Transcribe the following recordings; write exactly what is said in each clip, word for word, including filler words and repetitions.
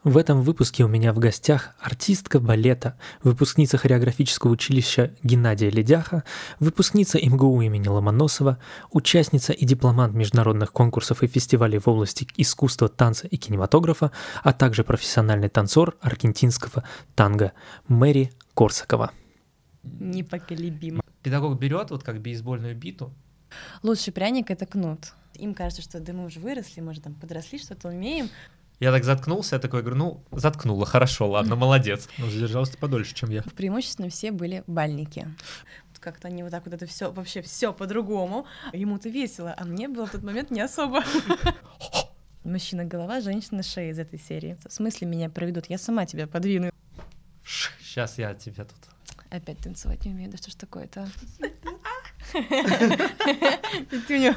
В этом выпуске у меня в гостях артистка балета, выпускница хореографического училища Геннадия Ледяха, выпускница эм гэ у имени Ломоносова, участница и дипломант международных конкурсов и фестивалей в области искусства, танца и кинематографа, а также профессиональный танцор аргентинского танго Мэри Корсакова. Непоколебимо. Педагог берет вот как бейсбольную биту. Лучший пряник — это кнут. Им кажется, что да мы уже выросли, мы уже там подросли, что-то умеем. Я так заткнулся, я такой говорю, ну, заткнула, хорошо, ладно, молодец. Ну, задержался подольше, чем я. Преимущественно все были бальники. Как-то они вот так вот это все вообще все по-другому. Ему-то весело, а мне было в тот момент не особо. Мужчина голова, женщина шея из этой серии. В смысле меня проведут? Я сама тебя подвину. Сейчас я тебя тут. Опять танцевать не умею, да что ж такое-то? Петюня.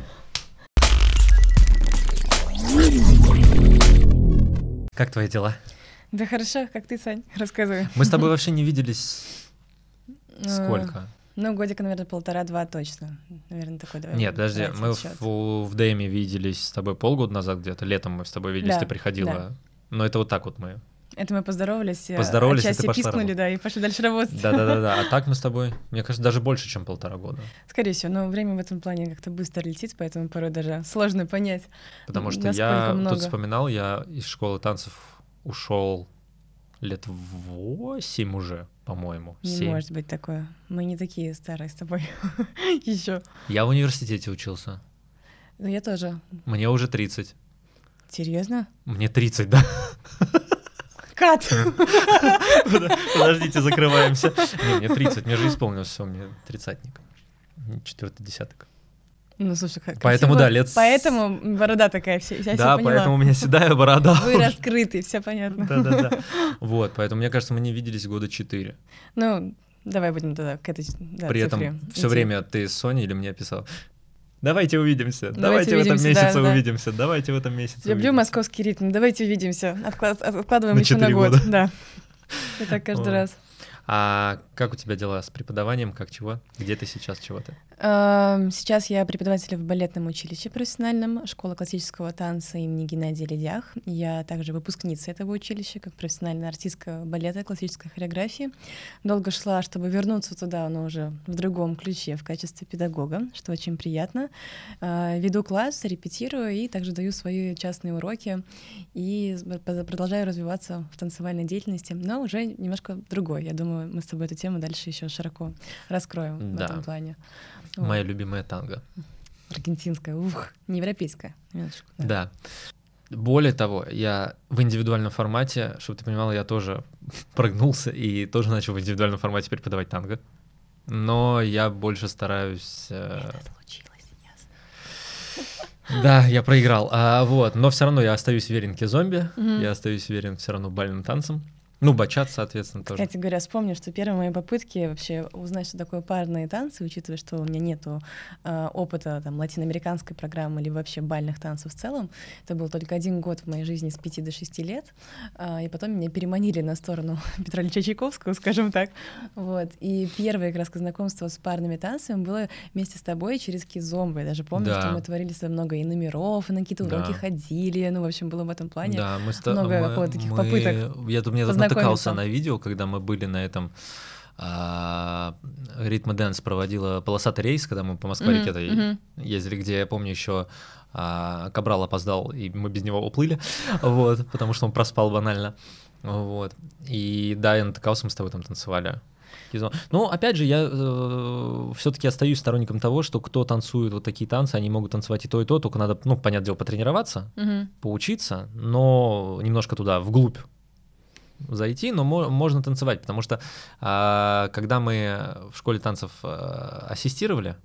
Как твои дела? Да хорошо, как ты, Сань? Рассказывай. Мы с тобой вообще не виделись сколько? Ну, годика, наверное, полтора-два точно. Наверное, такой, давай. Нет, подожди, мы в, в ДЭМе виделись с тобой полгода назад где-то, летом мы с тобой виделись, да, ты приходила. Да. Но это вот так вот мы. Это мы поздоровались, поздоровались, а и пискнули, работать. Да, и пошли дальше работать. Да-да-да, а так мы с тобой, мне кажется, даже больше, чем полтора года. Скорее всего, но время в этом плане как-то быстро летит, поэтому порой даже сложно понять. Потому что я много. Тут вспоминал, я из школы танцев ушел лет восемь уже, по-моему. Не семь. Может быть такое. Мы не такие старые с тобой еще. Я в университете учился. Ну, я тоже. Мне уже тридцать. Серьезно? Мне тридцать, да. Кат! Подождите, закрываемся. Не, мне тридцать, мне же исполнилось все, мне тридцатник. Четвертый десяток. Ну, слушай, как Поэтому, да, лет... Поэтому борода такая, вся, я Да, поэтому у меня седая борода. Вы раскрыты, все понятно. Да-да-да. Вот, поэтому, мне кажется, мы не виделись года четыре. Ну, давай будем тогда к этой да, При этом цифре все время ты с Соней или мне писал: давайте увидимся, давайте, давайте в этом увидимся, месяце да, увидимся, да. давайте в этом месяце Люблю увидимся. Московский ритм, давайте увидимся, Отклад... откладываем на еще на год. года. Да. И так каждый О. раз. А как у тебя дела с преподаванием, как чего? Где ты сейчас, чего ты? Сейчас я преподаватель в балетном училище профессиональном, школа классического танца имени Геннадия Ледях. Я также выпускница этого училища, как профессиональная артистка балета, классической хореографии. Долго шла, чтобы вернуться туда, но уже в другом ключе, в качестве педагога, что очень приятно. Веду класс, репетирую и также даю свои частные уроки и продолжаю развиваться в танцевальной деятельности, но уже немножко другой. Я думаю, мы с тобой эту тему дальше еще широко раскроем да. в этом плане. Моя вот. любимая танго. Аргентинская, ух, не европейская. Минуточку, да. да. Более того, я в индивидуальном формате, чтобы ты понимала, я тоже прогнулся и тоже начал в индивидуальном формате преподавать танго. Но я больше стараюсь... Это случилось, ясно. Да, я проиграл. А, вот, но все равно я остаюсь верен кизомби, Mm-hmm. я остаюсь верен все равно бальным танцам. Ну, бачат, соответственно, тоже. Кстати говоря, вспомню, что первые мои попытки вообще узнать, что такое парные танцы, учитывая, что у меня нету э, опыта там, латиноамериканской программы или вообще бальных танцев в целом, это был только один год в моей жизни с пяти до шести лет, э, и потом меня переманили на сторону Петра Ильича Чайковского, скажем так. Вот. И первое как раз знакомство с парными танцами было вместе с тобой через кизомбу. Я даже помню, да. что мы творили себе много и номеров, и на какие-то уроки да. ходили, ну, в общем, было в этом плане да, мы много мы, таких мы... попыток. Я тут мне натыкался на видео, когда мы были на этом а, Ритм и Дэнс проводила полосатый рейс, когда мы по Москве-реке mm-hmm. mm-hmm. ездили, где, я помню, еще а, Кабрал опоздал, и мы без него уплыли, вот, потому что он проспал банально. Вот. И да, я натыкался, мы с тобой там танцевали. Но, опять же, я э, все-таки остаюсь сторонником того, что кто танцует вот такие танцы, они могут танцевать и то, и то, только надо, ну, понятное дело, потренироваться, mm-hmm. поучиться, но немножко туда, вглубь зайти, но мо- можно танцевать, потому что э, когда мы в школе танцев э, ассистировали,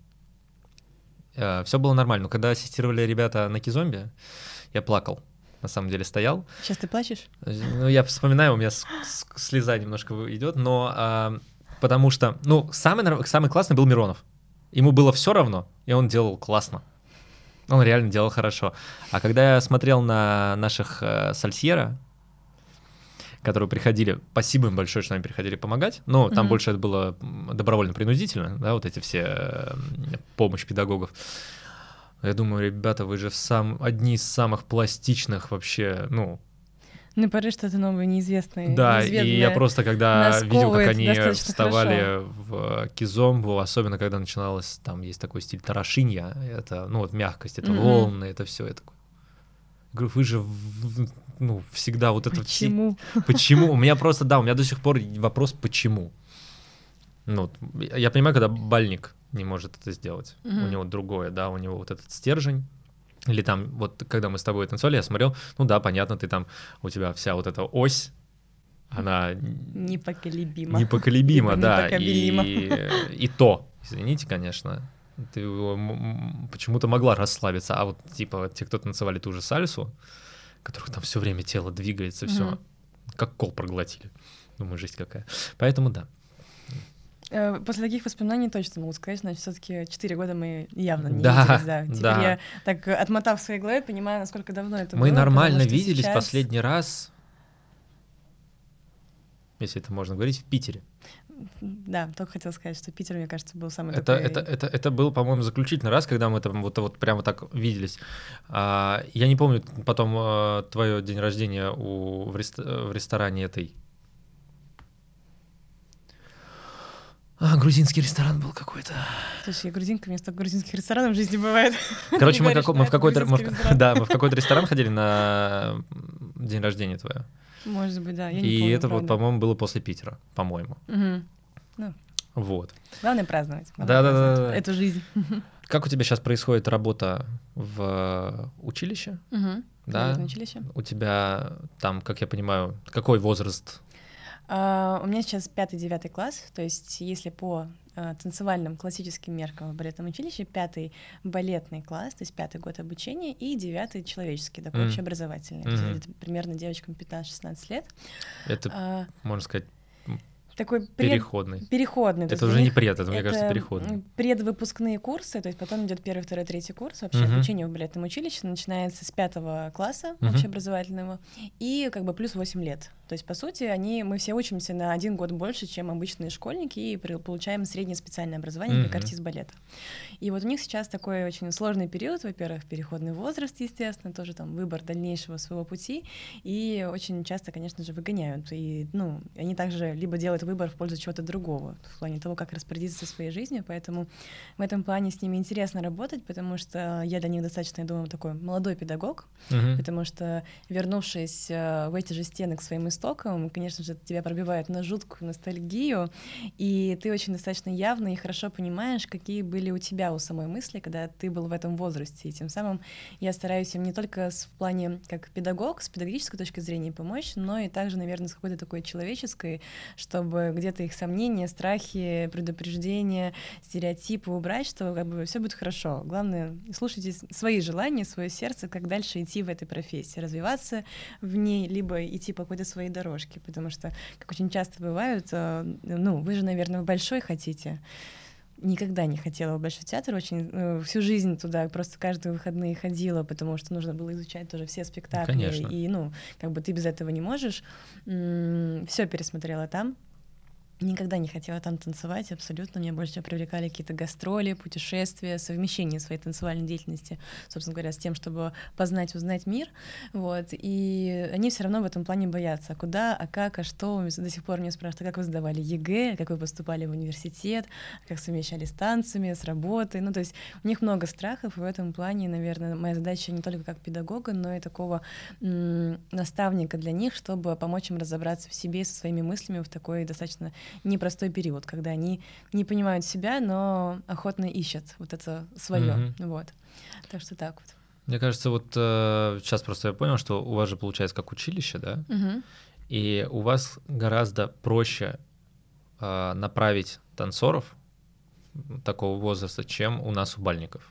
э, все было нормально, но когда ассистировали ребята на кизомбе, я плакал, на самом деле стоял. Сейчас ты плачешь? Ну, я вспоминаю, у меня с- с- слеза немножко идет, но э, потому что, ну, самый, самый классный был Миронов, ему было все равно, и он делал классно. Он реально делал хорошо. А когда я смотрел на наших э, сальсьера, которые приходили, спасибо им большое, что они приходили помогать, но там mm-hmm. больше это было добровольно-принудительно, да, вот эти все э, помощь педагогов. Я думаю, ребята, вы же в сам, одни из самых пластичных вообще, ну, Ну, порой что-то новое, неизвестное. Да, и я просто, когда видел, как они вставали хорошо. в кизомбу, особенно когда начиналось, там есть такой стиль тарашинья, это, ну, вот мягкость, это mm-hmm. волны, это все, я такой... Говорю, вы же, ну, всегда вот это... Почему? Все... Почему? У меня просто, да, у меня до сих пор вопрос, почему? Ну, я понимаю, когда бальник не может это сделать, mm-hmm. у него другое, да, у него вот этот стержень. Или там, вот когда мы с тобой танцевали, я смотрел, ну да, понятно, ты там, у тебя вся вот эта ось, она... Непоколебима. Непоколебима, да, и, и то, извините, конечно, ты почему-то могла расслабиться, а вот типа те, кто танцевали ту же сальсу, которых там все время тело двигается, все, mm-hmm. как кол проглотили. Думаю, жизнь какая. Поэтому да. После таких воспоминаний точно могу сказать, значит, все-таки четыре года мы явно не да, виделись, да. Теперь да. я, так отмотав в своей голове, понимаю, насколько давно это мы было. Мы нормально потому, виделись сейчас... последний раз, если это можно говорить, в Питере. Да, только хотела сказать, что Питер, мне кажется, был самый это, такой... это, это, это был, по-моему, заключительный раз, когда мы там вот, вот прямо так виделись. А, я не помню потом а, твое день рождения у, в, рест, в ресторане этой... А, грузинский ресторан был какой-то. Слушай, я грузинка, у меня столько грузинских ресторанов в жизни бывает. Короче, мы, как, мы, в какой-то, мы, в, да, мы в какой-то ресторан ходили на день рождения твое. Может быть, да. Я И не помню, это, правда. вот, по-моему, было после Питера, по-моему. Угу. Ну. Вот. Главное праздновать. Да-да-да. Эту жизнь. Как у тебя сейчас происходит работа в училище? Угу. Да. В училище. У тебя там, как я понимаю, какой возраст? Uh, у меня сейчас пятый-девятый класс, то есть если по uh, танцевальным классическим меркам в балетном училище, пятый балетный класс, то есть пятый год обучения, и девятый человеческий, такой mm. общеобразовательный, mm-hmm. то есть это примерно девочкам пятнадцать-шестнадцать лет. Это, uh, можно сказать, такой пред... переходный. Переходный. Это уже не пред, это, мне это кажется, переходный. Предвыпускные курсы, то есть потом идет первый, второй, третий курс. Вообще uh-huh. обучение в балетном училище начинается с пятого класса uh-huh. общеобразовательного и как бы плюс восемь лет. То есть, по сути, они, мы все учимся на один год больше, чем обычные школьники, и получаем среднее специальное образование uh-huh. как артист балета. И вот у них сейчас такой очень сложный период, во-первых, переходный возраст, естественно, тоже там выбор дальнейшего своего пути, и очень часто, конечно же, выгоняют. И, ну, они также либо делают выбор в пользу чего-то другого, в плане того, как распорядиться своей жизнью, поэтому в этом плане с ними интересно работать, потому что я для них достаточно, я думаю, такой молодой педагог, uh-huh. потому что, вернувшись в эти же стены к своим истокам, конечно же, тебя пробивает на жуткую ностальгию, и ты очень достаточно явно и хорошо понимаешь, какие были у тебя у самой мысли, когда ты был в этом возрасте, и тем самым я стараюсь им не только в плане как педагог, с педагогической точки зрения помочь, но и также, наверное, с какой-то такой человеческой, чтобы где-то их сомнения, страхи, предупреждения, стереотипы убрать, что как бы все будет хорошо. Главное, слушайте свои желания, свое сердце, как дальше идти в этой профессии, развиваться в ней, либо идти по какой-то своей дорожке, потому что, как очень часто бывает, ну, вы же, наверное, в большой хотите. Никогда не хотела в Большой театр, очень э, всю жизнь туда просто каждые выходные ходила, потому что нужно было изучать тоже все спектакли. Конечно. И, ну, как бы ты без этого не можешь. М-м, все пересмотрела там. Никогда не хотела там танцевать, абсолютно. Меня больше всего привлекали какие-то гастроли, путешествия, совмещение своей танцевальной деятельности, собственно говоря, с тем, чтобы познать, узнать мир. Вот. И они все равно в этом плане боятся. А куда, а как, а что? До сих пор меня спрашивают, а как вы сдавали ЕГЭ, как вы поступали в университет, как совмещали с танцами, с работой. Ну, то есть у них много страхов, и в этом плане, наверное, моя задача не только как педагога, но и такого м- наставника для них, чтобы помочь им разобраться в себе, со своими мыслями в такой достаточно непростой период, когда они не понимают себя, но охотно ищут вот это свое. Mm-hmm. Вот. Так что так вот. Мне кажется, вот э, сейчас просто я понял, что у вас же получается как училище, да? Mm-hmm. И у вас гораздо проще э, направить танцоров такого возраста, чем у нас у бальников.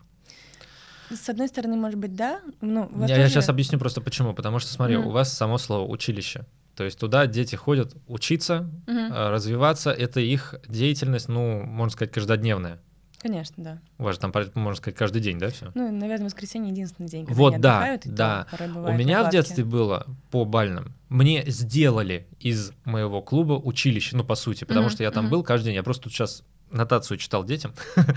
С одной стороны, может быть, да. Ну, я, тоже... я сейчас объясню просто почему. Потому что, смотри, mm-hmm. у вас само слово «училище». То есть туда дети ходят учиться, uh-huh. развиваться. Это их деятельность, ну, можно сказать, каждодневная. Конечно, да. У вас же там, можно сказать, каждый день, да, все? Ну, наверное, воскресенье единственный день, когда вот, они да, отдыхают, и да. то порой У бывают меня накладки. В детстве было по бальным. Мне сделали из моего клуба училище, ну, по сути, потому uh-huh. что я там uh-huh. был каждый день. Я просто тут сейчас нотацию читал детям.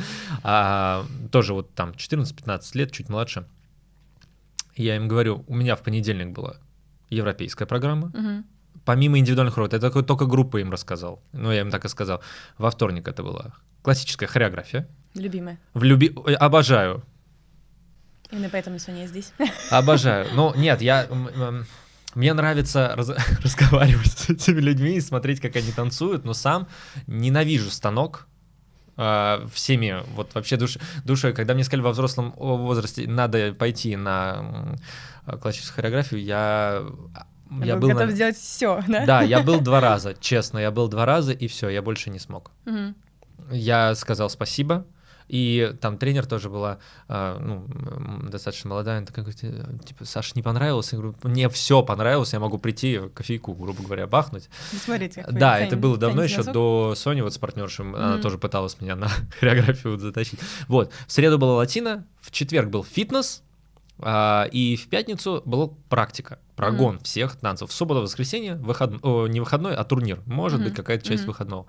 а, тоже вот там четырнадцать-пятнадцать лет, чуть младше. Я им говорю, у меня в понедельник было европейская программа. Угу. Помимо индивидуальных уроков, я такой только группы им рассказал. Ну, я им так и сказал. Во вторник это была классическая хореография. Любимая. В люби... Обожаю. Именно поэтому Соня здесь. Обожаю. Ну, нет, я... Мне нравится раз... разговаривать с этими людьми и смотреть, как они танцуют, но сам ненавижу станок. Всеми, вот вообще душ, душой, когда мне сказали во взрослом возрасте, надо пойти на классическую хореографию, я... Я, я был, был готов на... сделать все, да? Да, я был два раза, честно, я был два раза, и все, я больше не смог. Угу. Я сказал спасибо, и там тренер тоже была, ну, достаточно молодая, она такая, типа, Саша, не понравилось? Я говорю, мне все понравилось, я могу прийти кофейку, грубо говоря, бахнуть. Смотрите, да, ценим, это было давно еще, носок. До Сони вот с партнершей, mm-hmm. она тоже пыталась меня на хореографию вот затащить. Вот, в среду была латина, в четверг был фитнес, а, и в пятницу была практика, прогон mm-hmm. всех танцев. В субботу, воскресенье, выход... О, не выходной, а турнир, может mm-hmm. быть какая-то часть mm-hmm. выходного.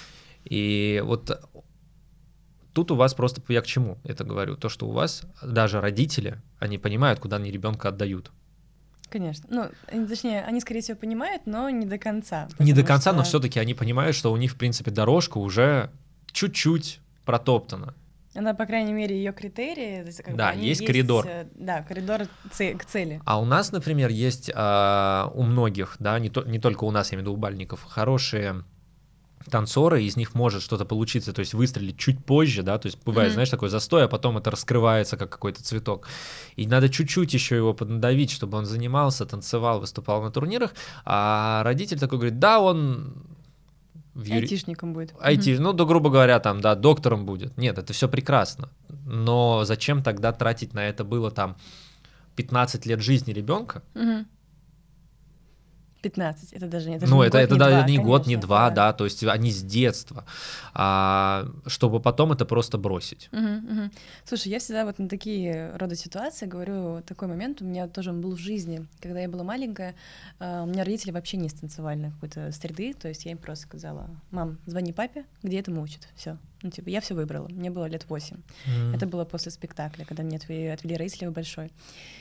И вот тут у вас просто, я к чему это говорю, то, что у вас даже родители, они понимают, куда они ребенка отдают. Конечно. Ну, точнее, они, скорее всего, понимают, но не до конца. Не до конца, что... но все-таки они понимают, что у них, в принципе, дорожка уже чуть-чуть протоптана. Она, по крайней мере, ее критерии. Как да, бы, есть, есть коридор. Да, коридор к цели. А у нас, например, есть а, у многих, да, не, то, не только у нас, я имею в виду у бальников, хорошие танцоры, из них может что-то получиться, то есть выстрелить чуть позже, да, то есть бывает, mm-hmm. знаешь, такой застой, а потом это раскрывается как какой-то цветок. И надо чуть-чуть еще его поднадавить, чтобы он занимался, танцевал, выступал на турнирах, а родитель такой говорит, да, он... Юри... Айтишником будет. Айти, mm-hmm. ну, да, грубо говоря, там, да, доктором будет. Нет, это все прекрасно. Но зачем тогда тратить на это было там пятнадцать лет жизни ребенка? Mm-hmm. пятнадцать, это даже, это ну, не это, год, это не да, два, не конечно, год, не два, да. да, то есть они с детства, а, чтобы потом это просто бросить. Угу, угу. Слушай, я всегда вот на такие роды ситуации говорю, такой момент у меня тоже он был в жизни, когда я была маленькая, у меня родители вообще не из танцевальной какой-то среды, то есть я им просто сказала, мам, звони папе, где этому учат, все. Ну, типа, я все выбрала, мне было лет восемь. Mm. Это было после спектакля, когда меня отвели, отвели родители в большой.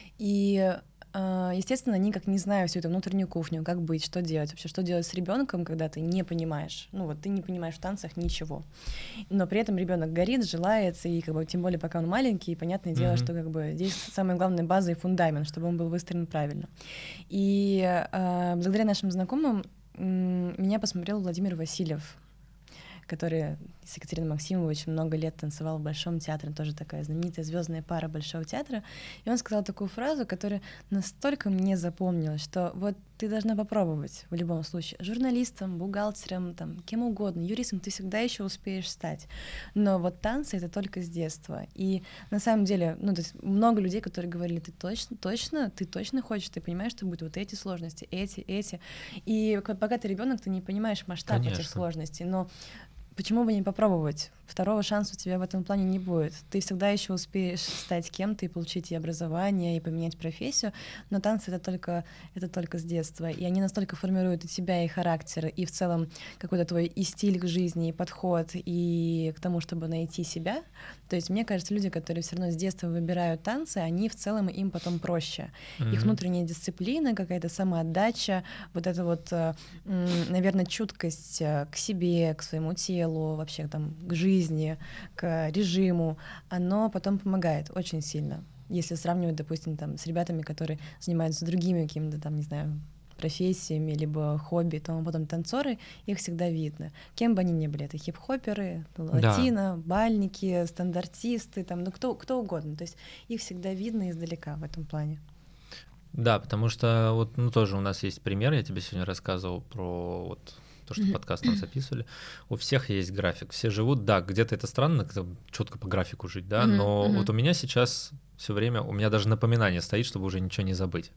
И естественно, они как не знают всю эту внутреннюю кухню, как быть, что делать, вообще, что делать с ребенком, когда ты не понимаешь, ну вот ты не понимаешь в танцах ничего, но при этом ребенок горит, желает, и как бы тем более пока он маленький, и понятное дело, mm-hmm. что как бы здесь самая главная база и фундамент, чтобы он был выстроен правильно. И э, благодаря нашим знакомым м- меня посмотрел Владимир Васильев, который с Екатериной Максимовой очень много лет танцевал в Большом театре, тоже такая знаменитая звездная пара Большого театра. И он сказал такую фразу, которая настолько мне запомнилась, что вот ты должна попробовать в любом случае. Журналистом, бухгалтером, там, кем угодно, юристом ты всегда еще успеешь стать. Но вот танцы — это только с детства. И на самом деле, ну, то есть много людей, которые говорили, ты точно, точно, ты точно хочешь, ты понимаешь, что будут вот эти сложности, эти, эти. И пока ты ребенок, ты не понимаешь масштаб Конечно. Этих сложностей. Но почему бы не попробовать? Второго шанса у тебя в этом плане не будет. Ты всегда еще успеешь стать кем-то и получить и образование, и поменять профессию, но танцы — это только, это только с детства. И они настолько формируют и тебя, и характер, и в целом какой-то твой и стиль к жизни, и подход, и к тому, чтобы найти себя. То есть мне кажется, люди, которые все равно с детства выбирают танцы, они в целом им потом проще. Mm-hmm. Их внутренняя дисциплина, какая-то самоотдача, вот эта вот, наверное, чуткость к себе, к своему телу, вообще там к жизни, к режиму, оно потом помогает очень сильно. Если сравнивать, допустим, там, с ребятами, которые занимаются другими какими-то там, не знаю, профессиями, либо хобби, то потом танцоры, их всегда видно. Кем бы они ни были, это хип-хоперы, латино, да. бальники, стандартисты, там, ну кто, кто угодно. То есть их всегда видно издалека в этом плане. Да, потому что вот, ну, тоже у нас есть пример, я тебе сегодня рассказывал про вот то, что подкаст нам записывали, у всех есть график, все живут, да, где-то это странно, четко по графику жить, да, mm-hmm, но mm-hmm. вот у меня сейчас все время, у меня даже напоминание стоит, чтобы уже ничего не забыть.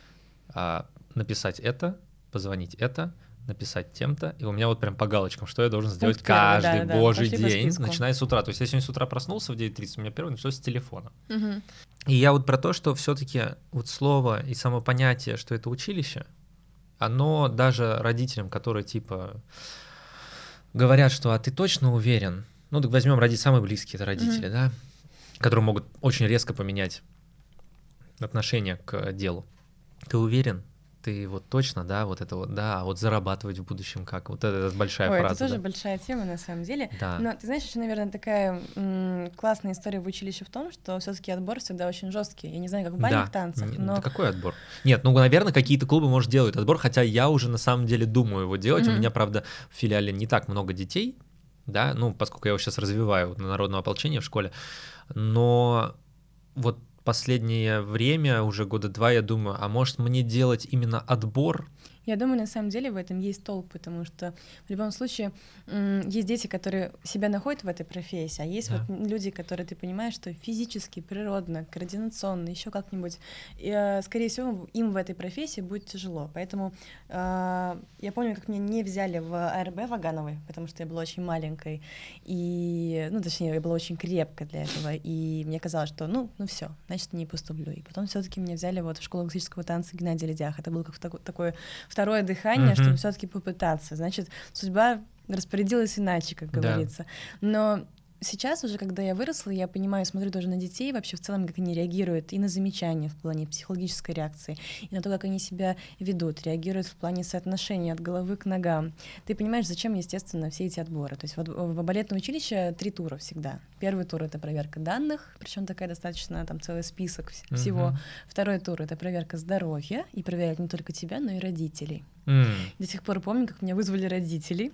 А, написать это, позвонить это, написать тем-то, и у меня вот прям по галочкам, что я должен сделать первый, каждый да, божий да, день, начиная с утра. То есть я сегодня с утра проснулся в девять тридцать, у меня первый началось с телефона. Mm-hmm. И я вот про то, что все-таки вот слово и само понятие, что это училище, оно даже родителям, которые типа говорят, что а ты точно уверен? Ну так возьмем родители, самые близкие это родители, mm-hmm. да, которые могут очень резко поменять отношение к делу. Ты уверен? ты вот точно, да, вот это вот, да, а вот зарабатывать в будущем как? Вот это, это большая Ой, фраза. это тоже да? большая тема на самом деле. Да. Но ты знаешь, еще, наверное, такая м- классная история в училище в том, что все-таки отбор всегда очень жесткий. Я не знаю, как в бальных да. танцах, Н- но... Да какой отбор? Нет, ну, наверное, какие-то клубы, может, делают отбор, хотя я уже на самом деле думаю его делать. Мгм. У меня, правда, в филиале не так много детей, да, ну, поскольку я его сейчас развиваю на народном ополчении в школе, но вот последнее время, уже года два, я думаю, а может мне делать именно отбор? Я думаю, на самом деле в этом есть толк, потому что в любом случае м, есть дети, которые себя находят в этой профессии, а есть Да. вот люди, которые ты понимаешь, что физически, природно, координационно, еще как-нибудь, и, э, скорее всего, им в этой профессии будет тяжело. Поэтому э, я помню, как меня не взяли в АРБ Вагановой, потому что я была очень маленькой, и, ну, точнее, я была очень крепкой для этого, и мне казалось, что, ну, ну все, значит, не поступлю. И потом все-таки меня взяли вот в школу классического танца Геннадия Ледях. Это было как тако- такое второе дыхание, Мгм. чтобы все-таки попытаться. Значит, судьба распорядилась иначе, как Да. говорится. Но сейчас уже, когда я выросла, я понимаю, смотрю тоже на детей, вообще в целом, как они реагируют и на замечания в плане психологической реакции, и на то, как они себя ведут, реагируют в плане соотношения от головы к ногам. Ты понимаешь, зачем, естественно, все эти отборы. То есть вот в балетном училище три тура всегда. Первый тур — это проверка данных, причем такая достаточно, там целый список вс- всего. Мгм. Второй тур — это проверка здоровья, и проверяют не только тебя, но и родителей. М. До сих пор помню, как меня вызвали родители,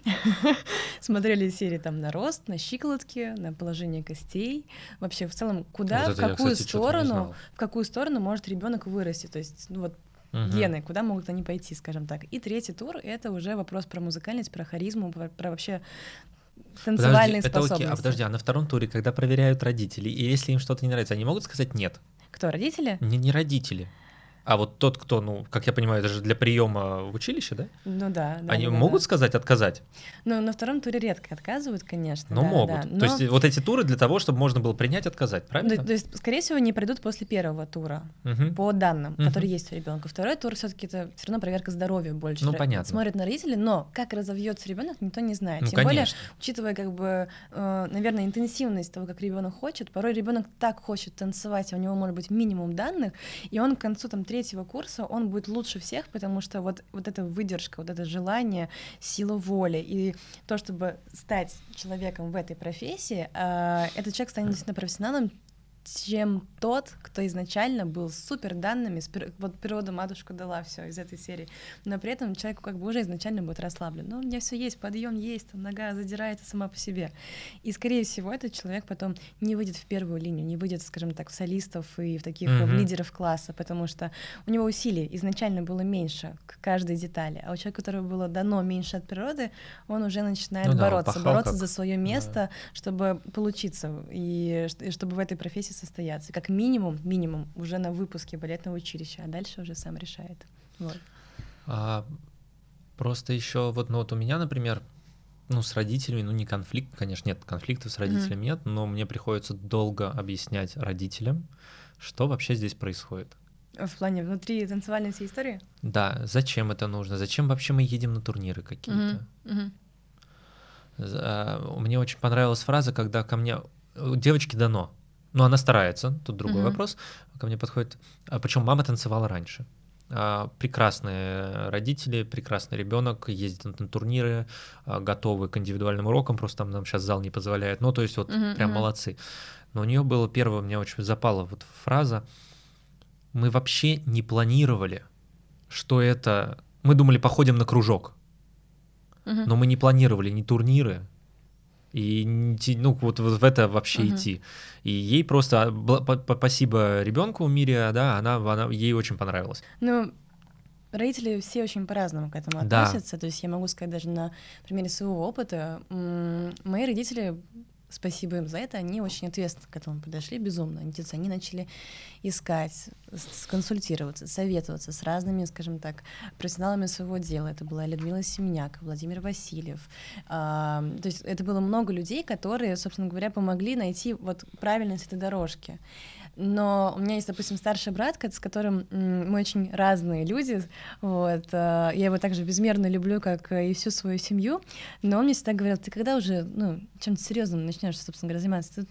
смотрели серии там на рост, на щиколотки, на положение костей, вообще в целом куда, Вот в это я, какую кстати, что-то не сторону, знал. в какую сторону может ребенок вырасти, то есть ну вот Мгм. гены, куда могут они пойти, скажем так. И третий тур — это уже вопрос про музыкальность, про харизму, про, про вообще танцевальные Подожди, это окей, способности. а подожди, а на втором туре, когда проверяют родителей, и если им что-то не нравится, они могут сказать нет? Кто, родители? Не, не родители. А вот тот, кто, ну, как я понимаю, это же для приема в училище, да? Ну да, да. Они да, да, могут да. сказать отказать? Ну, на втором туре редко отказывают, конечно. Но да, могут. Да, но... То есть вот эти туры для того, чтобы можно было принять, отказать, То, правильно? то есть, скорее всего, не пройдут после первого тура, Мгм. по данным, Мгм. которые есть у ребенка. Второй тур все-таки это все равно проверка здоровья больше. Ну, Р- понятно. Смотрят на родителей, но как разовьется ребенок, никто не знает. Ну, Тем более, конечно. учитывая, как бы, э, наверное, интенсивность того, как ребенок хочет, порой ребенок так хочет танцевать, а у него может быть минимум данных, и он к концу там третьего курса он будет лучше всех, потому что вот, вот эта выдержка, вот это желание, сила воли и то, чтобы стать человеком в этой профессии, э, этот человек станет действительно профессионалом, чем тот, кто изначально был с супер данными, с пир- вот природа матушка дала все из этой серии, но при этом человеку как бы уже изначально будет расслаблен. Ну, у меня все есть, подъем есть, там нога задирается сама по себе. И, скорее всего, этот человек потом не выйдет в первую линию, не выйдет, скажем так, в солистов и в таких Мгм. в лидеров класса, потому что у него усилий изначально было меньше к каждой детали, а у человека, которого было дано меньше от природы, он уже начинает Ну да, он бороться, пахал бороться как- за свое место, чтобы получиться и ш- и чтобы в этой профессии состояться. Как минимум, минимум уже на выпуске балетного училища, а дальше уже сам решает. Вот. А, просто еще вот, ну вот у меня, например, ну с родителями, ну не конфликт, конечно, нет, конфликтов с родителями нет, но мне приходится долго объяснять родителям, что вообще здесь происходит. В плане внутри танцевальной всей истории? Да, зачем это нужно, зачем вообще мы едем на турниры какие-то. Мгм, мгм. За- Мне очень понравилась фраза, когда ко мне у девочки дано, ну она старается, тут другой Мгм. вопрос, ко мне подходит, причем мама танцевала раньше. А, Прекрасные родители, прекрасный ребенок, ездит на турниры, а, готовы к индивидуальным урокам, просто там нам сейчас зал не позволяет. Ну, то есть вот Мгм, прям мгм. молодцы. Но у нее было первое, мне очень запала вот фраза: мы вообще не планировали, что это. Мы думали, походим на кружок, Мгм. но мы не планировали ни турниры, и не идти, ну вот, вот в это вообще Мгм. идти. И ей просто бла- по- по- спасибо ребенку Мире, да, она, она ей очень понравилось. Ну, родители все очень по-разному к этому Да. относятся. То есть я могу сказать даже на примере своего опыта. М, Мои родители, спасибо им за это, они очень ответственно к этому подошли, безумно. Они, то есть они начали искать, с- консультироваться, советоваться с разными, скажем так, профессионалами своего дела. Это была Людмила Семеняк, Владимир Васильев. А, то есть это было много людей, которые, собственно говоря, помогли найти вот правильность этой дорожки. Но у меня есть, допустим, старший брат, ко- с которым м, мы очень разные люди. Вот. э, Я его также безмерно люблю, как и всю свою семью. Но он мне всегда говорил: ты когда уже ну, чем-то серьезным начнешь, собственно говоря, заниматься? Ты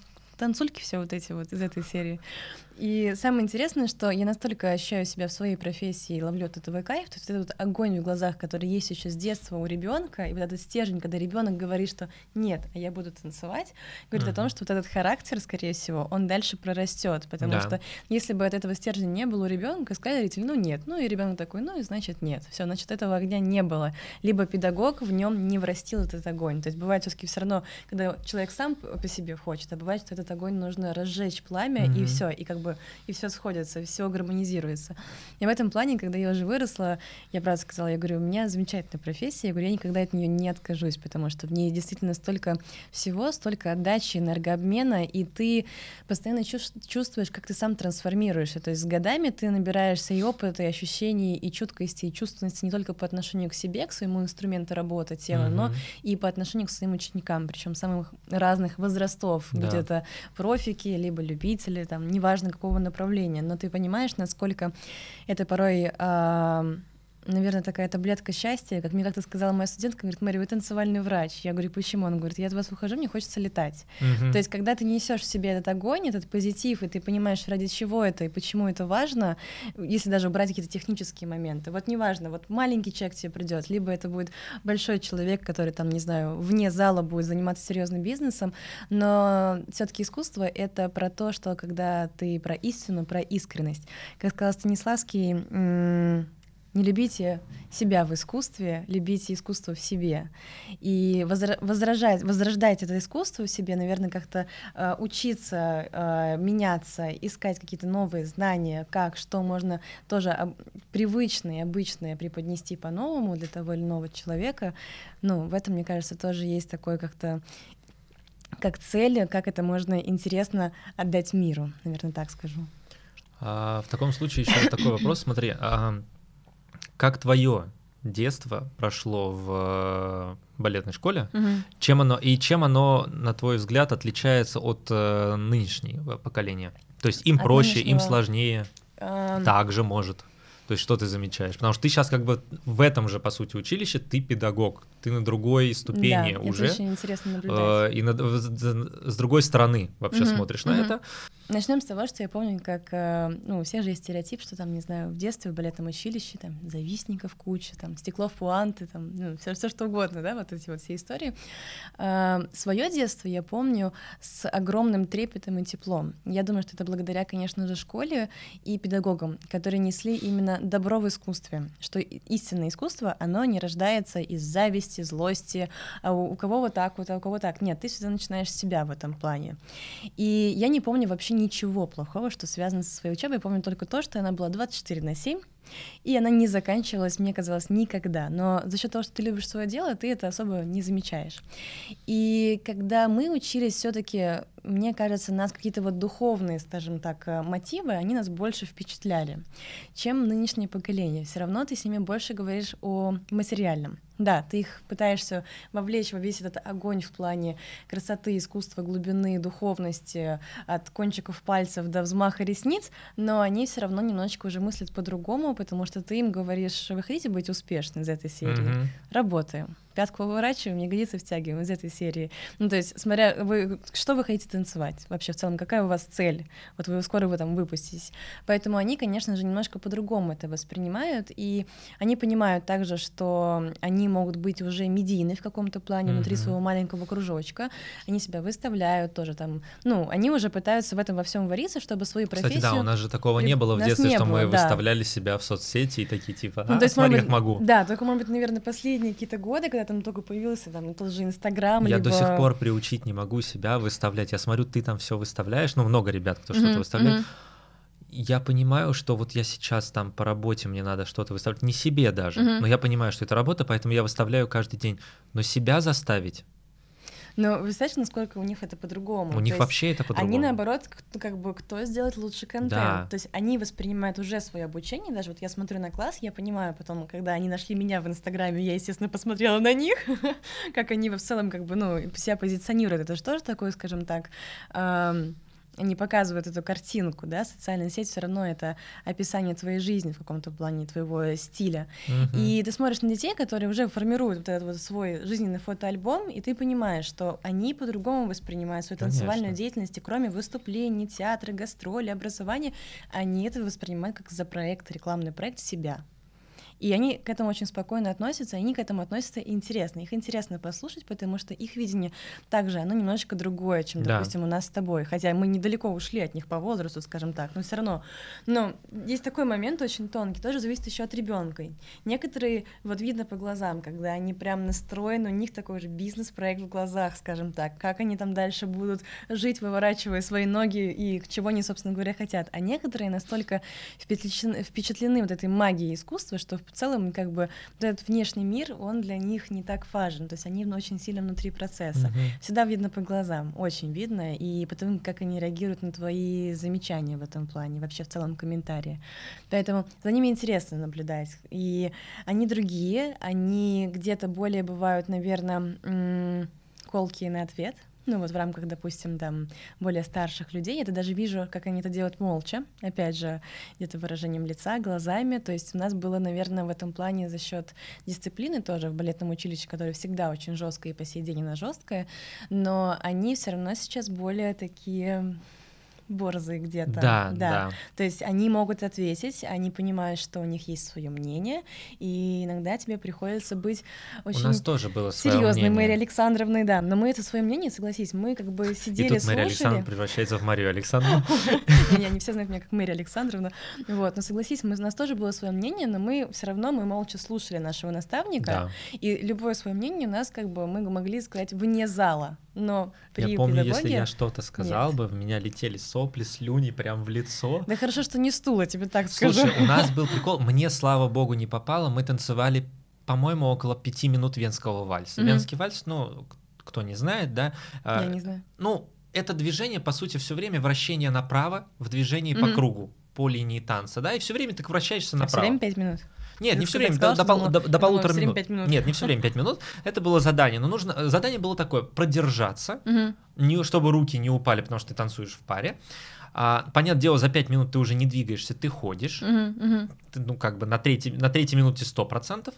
танцульки все вот эти вот из этой серии. И самое интересное, что я настолько ощущаю себя в своей профессии и ловлю от этого кайф, то есть этот вот огонь в глазах, который есть еще с детства у ребенка, и вот этот стержень, когда ребенок говорит, что нет, а я буду танцевать, говорит uh-huh. о том, что вот этот характер, скорее всего, он дальше прорастет, потому да. что если бы от этого стержня не было у ребенка, сказали родители, ну нет, ну и ребенок такой, ну и значит нет, все, значит этого огня не было, либо педагог в нем не врастил этот огонь, то есть бывает все-таки все равно, когда человек сам по себе хочет, а бывает, что этот огонь нужно разжечь пламя uh-huh. и все, и как бы и все сходится, все гармонизируется. И в этом плане, когда я уже выросла, я правда сказала, я говорю, у меня замечательная профессия, я говорю, я никогда от нее не откажусь, потому что в ней действительно столько всего, столько отдачи, энергообмена, и ты постоянно чувствуешь, как ты сам трансформируешься. То есть с годами ты набираешься и опыта, и ощущений, и чуткости, и чувственности не только по отношению к себе, к своему инструменту работы тела, mm-hmm. но и по отношению к своим ученикам, причем самых разных возрастов, да. будь это профики, либо любители, там, неважно, какого направления, но ты понимаешь, насколько это порой, э, наверное, такая таблетка счастья, как мне как-то сказала моя студентка, говорит, Мэри, вы танцевальный врач. Я говорю, почему? Он говорит, я от вас ухожу, мне хочется летать. Uh-huh. То есть, когда ты несешь в себе этот огонь, этот позитив, и ты понимаешь, ради чего это и почему это важно, если даже убрать какие-то технические моменты, вот неважно, вот маленький человек тебе придет, либо это будет большой человек, который там, не знаю, вне зала будет заниматься серьезным бизнесом, но все-таки искусство — это про то, что когда ты про истину, про искренность. Как сказал Станиславский, м- не любите себя в искусстве, любите искусство в себе. И возра- возражать, возрождать это искусство в себе, наверное, как-то э, учиться, э, меняться, искать какие-то новые знания, как, что можно тоже об- привычное, обычное преподнести по-новому для того или иного человека. Ну, в этом, мне кажется, тоже есть такое как-то как цель, как это можно интересно отдать миру, наверное, так скажу. А, в таком случае еще такой вопрос, смотри, а как твое детство прошло в балетной школе? Uh-huh. Чем оно и чем оно, на твой взгляд, отличается от э, нынешнего поколения? То есть им от проще, нынешнего... им сложнее, uh... так же может. То есть что ты замечаешь? Потому что ты сейчас как бы в этом же, по сути, училище, ты педагог, ты на другой ступени да, уже. Это очень интересно наблюдать. Э, и на, с другой стороны вообще uh-huh. смотришь uh-huh. на это. Начнем с того, что я помню, как, ну, у всех же есть стереотип, что там, не знаю, в детстве в балетном училище там завистников куча, там стекло в пуанты, там, ну, все, все что угодно, да, вот эти вот все истории. Свое детство я помню с огромным трепетом и теплом. Я думаю, что это благодаря, конечно же, школе и педагогам, которые несли именно добро в искусстве, что истинное искусство, оно не рождается из зависти, злости, а у, у кого вот так вот, а у кого так. Нет, ты всегда начинаешь с себя в этом плане. И я не помню вообще ничего плохого, что связано со своей учебой. Я помню только то, что она была двадцать четыре на семь, и она не заканчивалась, мне казалось, никогда. Но за счет того, что ты любишь свое дело, ты это особо не замечаешь. И когда мы учились, все-таки, мне кажется, нас какие-то вот духовные, скажем так, мотивы, они нас больше впечатляли, чем нынешнее поколение. Все равно ты с ними больше говоришь о материальном. Да, ты их пытаешься вовлечь во весь этот огонь в плане красоты, искусства, глубины, духовности, от кончиков пальцев до взмаха ресниц, но они все равно немножечко уже мыслят по-другому, потому что ты им говоришь, вы хотите быть успешны из этой серии? Mm-hmm. Работаем. Пятку выворачиваем, ягодицы втягиваем из этой серии. Ну, то есть, смотря, вы, что вы хотите танцевать вообще в целом, какая у вас цель? Вот вы скоро вы там выпуститесь. Поэтому они, конечно же, немножко по-другому это воспринимают, и они понимают также, что они могут быть уже медийны в каком-то плане mm-hmm. внутри своего маленького кружочка, они себя выставляют тоже там, ну, они уже пытаются в этом во всем вариться, чтобы свою профессию... Кстати, да, у нас же такого не было в детстве, что было, мы да. выставляли себя в соцсети и такие типа, а, ну, то есть, смотри, быть, как могу. Да, только, может быть, наверное, последние какие-то годы, когда там только появился там тот же Инстаграм, я либо... до сих пор приучить не могу себя выставлять. Я смотрю, ты там все выставляешь, ну, много ребят, кто mm-hmm, что-то выставляет. Mm-hmm. Я понимаю, что вот я сейчас там по работе, мне надо что-то выставлять, не себе даже, mm-hmm. но я понимаю, что это работа, поэтому я выставляю каждый день. Но себя заставить... Но вы знаете, насколько у них это по-другому? У них вообще это по-другому. Они, наоборот, как бы, кто сделает лучший контент. Да. То есть они воспринимают уже свое обучение. Даже вот я смотрю на класс, я понимаю потом, когда они нашли меня в Инстаграме, я, естественно, посмотрела на них, как они в целом как бы, ну, себя позиционируют. Это же тоже такое, скажем так... они показывают эту картинку, да, социальная сеть все равно это описание твоей жизни в каком-то плане, твоего стиля. Uh-huh. И ты смотришь на детей, которые уже формируют вот этот вот свой жизненный фотоальбом, и ты понимаешь, что они по-другому воспринимают свою Конечно. танцевальную деятельность, и кроме выступлений, театра, гастроли, образования, они это воспринимают как за проект, рекламный проект себя. И они к этому очень спокойно относятся, и они к этому относятся интересно. Их интересно послушать, потому что их видение также, оно немножечко другое, чем, да. допустим, у нас с тобой. Хотя мы недалеко ушли от них по возрасту, скажем так, но все равно. Но есть такой момент очень тонкий, тоже зависит еще от ребенка. Некоторые, вот видно по глазам, когда они прям настроены, у них такой же бизнес-проект в глазах, скажем так, как они там дальше будут жить, выворачивая свои ноги и к чего они, собственно говоря, хотят. А некоторые настолько впечатлены, впечатлены вот этой магией искусства, что в целом, как бы, вот этот внешний мир, он для них не так важен, то есть они очень сильно внутри процесса. Uh-huh. Всегда видно по глазам, очень видно, и потому как они реагируют на твои замечания в этом плане, вообще в целом комментарии. Поэтому за ними интересно наблюдать. И они другие, они где-то более бывают, наверное, м- колкие на ответ, ну вот в рамках, допустим, там более старших людей, я это даже вижу, как они это делают молча, опять же, где-то выражением лица, глазами, то есть у нас было, наверное, в этом плане за счет дисциплины тоже в балетном училище, которое всегда очень жесткое и по сей день она жесткая, но они все равно сейчас более такие борзые где-то. Да, да, да. То есть они могут ответить, они понимают, что у них есть свое мнение, и иногда тебе приходится быть очень у нас тоже было свое серьезной мнение. Мэрией Александровной, да. Но мы это свое мнение, согласись, мы как бы сидели, и тут слушали. Мэрия Александровна превращается в Марию Александровну. Не, не все знают меня как Мэрия Александровна. Вот, но согласись, у нас тоже было свое мнение, но мы все равно мы молча слушали нашего наставника, и любое свое мнение у нас как бы мы могли сказать вне зала. Но при я помню, педагоге... если я что-то сказал Нет. бы, в меня летели сопли, слюни прям в лицо. Да хорошо, что не стул, я тебе так скажу. Слушай, у нас был прикол, мне, слава богу, не попало, мы танцевали, по-моему, около пяти минут венского вальса. Mm-hmm. Венский вальс, ну, кто не знает, да? Я не знаю. Ну, это движение, по сути, все время вращение направо в движении mm-hmm. по кругу, по линии танца, да, и все время так вращаешься направо. А все время пять минут? Нет, не все время, сказала, до, до, до, до полутора минут. минут. Нет, не все время пять минут. Это было задание. Но нужно, задание было такое: продержаться, uh-huh. не, чтобы руки не упали, потому что ты танцуешь в паре. А, понятное дело, за пять минут ты уже не двигаешься, ты ходишь. Uh-huh, uh-huh. Ты, ну, как бы на третьей, на третьей минуте сто процентов.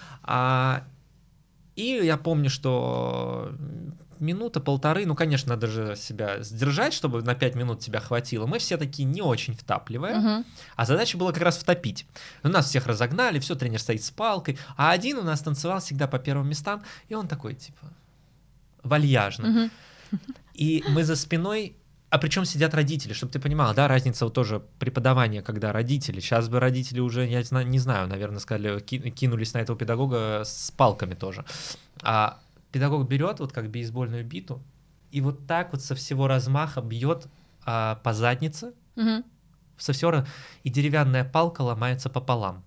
А, и я помню, что минута-полторы, ну, конечно, надо же себя сдержать, чтобы на пять минут тебя хватило. Мы все такие не очень втапливаем, uh-huh. а задача была как раз втопить. У нас всех разогнали, все, тренер стоит с палкой, а один у нас танцевал всегда по первым местам, и он такой, типа, вальяжно. Uh-huh. И мы за спиной... А причем сидят родители, чтобы ты понимала, да, разница вот тоже преподавания, когда родители. Сейчас бы родители уже, я не знаю, наверное, сказали, кинулись на этого педагога с палками тоже. А педагог берет вот как бейсбольную биту и вот так вот со всего размаха бьет а, по заднице, угу. со всего, и деревянная палка ломается пополам.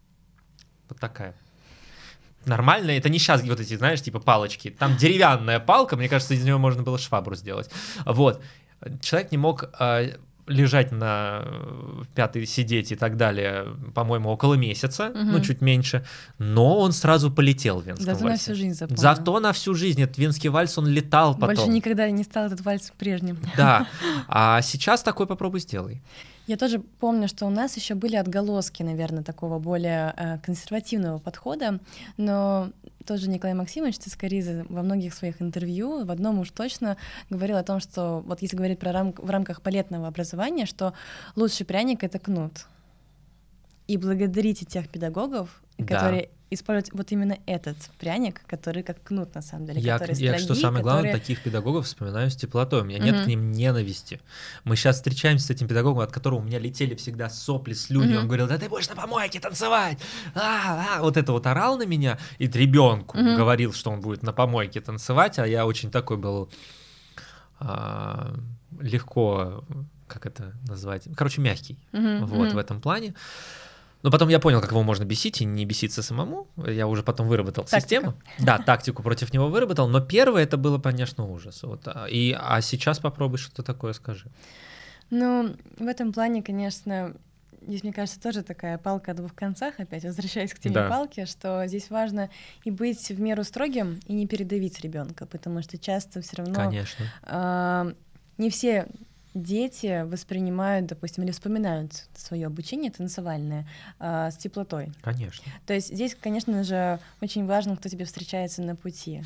Вот такая. Нормально, это не сейчас вот эти, знаешь, типа палочки. Там деревянная палка, мне кажется, из нее можно было швабру сделать. Вот. Человек не мог а, лежать на пятой, сидеть и так далее, по-моему, около месяца, угу. ну, чуть меньше, но он сразу полетел в венском Зато вальсе. на всю жизнь запомнил. Зато на всю жизнь. Этот венский вальс, он летал потом. Больше никогда не стал этот вальс прежним. Да, а сейчас такой попробуй сделай. Я тоже помню, что у нас еще были отголоски, наверное, такого более э, консервативного подхода, но тоже Николай Максимович Цискоридзе во многих своих интервью, в одном уж точно говорил о том, что вот если говорить про рам- в рамках балетного образования, что лучший пряник — это кнут. И благодарите тех педагогов, да. которые использовать вот именно этот пряник, который как кнут, на самом деле, я, который я, строги, что самое которые... главное, таких педагогов вспоминаю с теплотой. У меня uh-huh. нет к ним ненависти. Мы сейчас встречаемся с этим педагогом, от которого у меня летели всегда сопли, слюни. Uh-huh. Он говорил, да ты будешь на помойке танцевать! А-а-а! Вот это вот орал на меня. И ребенку uh-huh. говорил, что он будет на помойке танцевать, а я очень такой был а, легко, как это назвать, короче, мягкий uh-huh. вот uh-huh. в этом плане. Но потом я понял, как его можно бесить и не беситься самому. Я уже потом выработал Тактика. систему. Да, тактику против него выработал. Но первое это было, конечно, ужас. Вот. И, а сейчас попробуй что-то такое скажи. Ну, в этом плане, конечно, здесь, мне кажется, тоже такая палка о двух концах, опять возвращаясь к теме да. палки, что здесь важно и быть в меру строгим, и не передавить ребенка, потому что часто все равно... Конечно. Э, не все... дети воспринимают, допустим, или вспоминают свое обучение танцевальное э, с теплотой. Конечно. То есть здесь, конечно же, очень важно, кто тебе встречается на пути.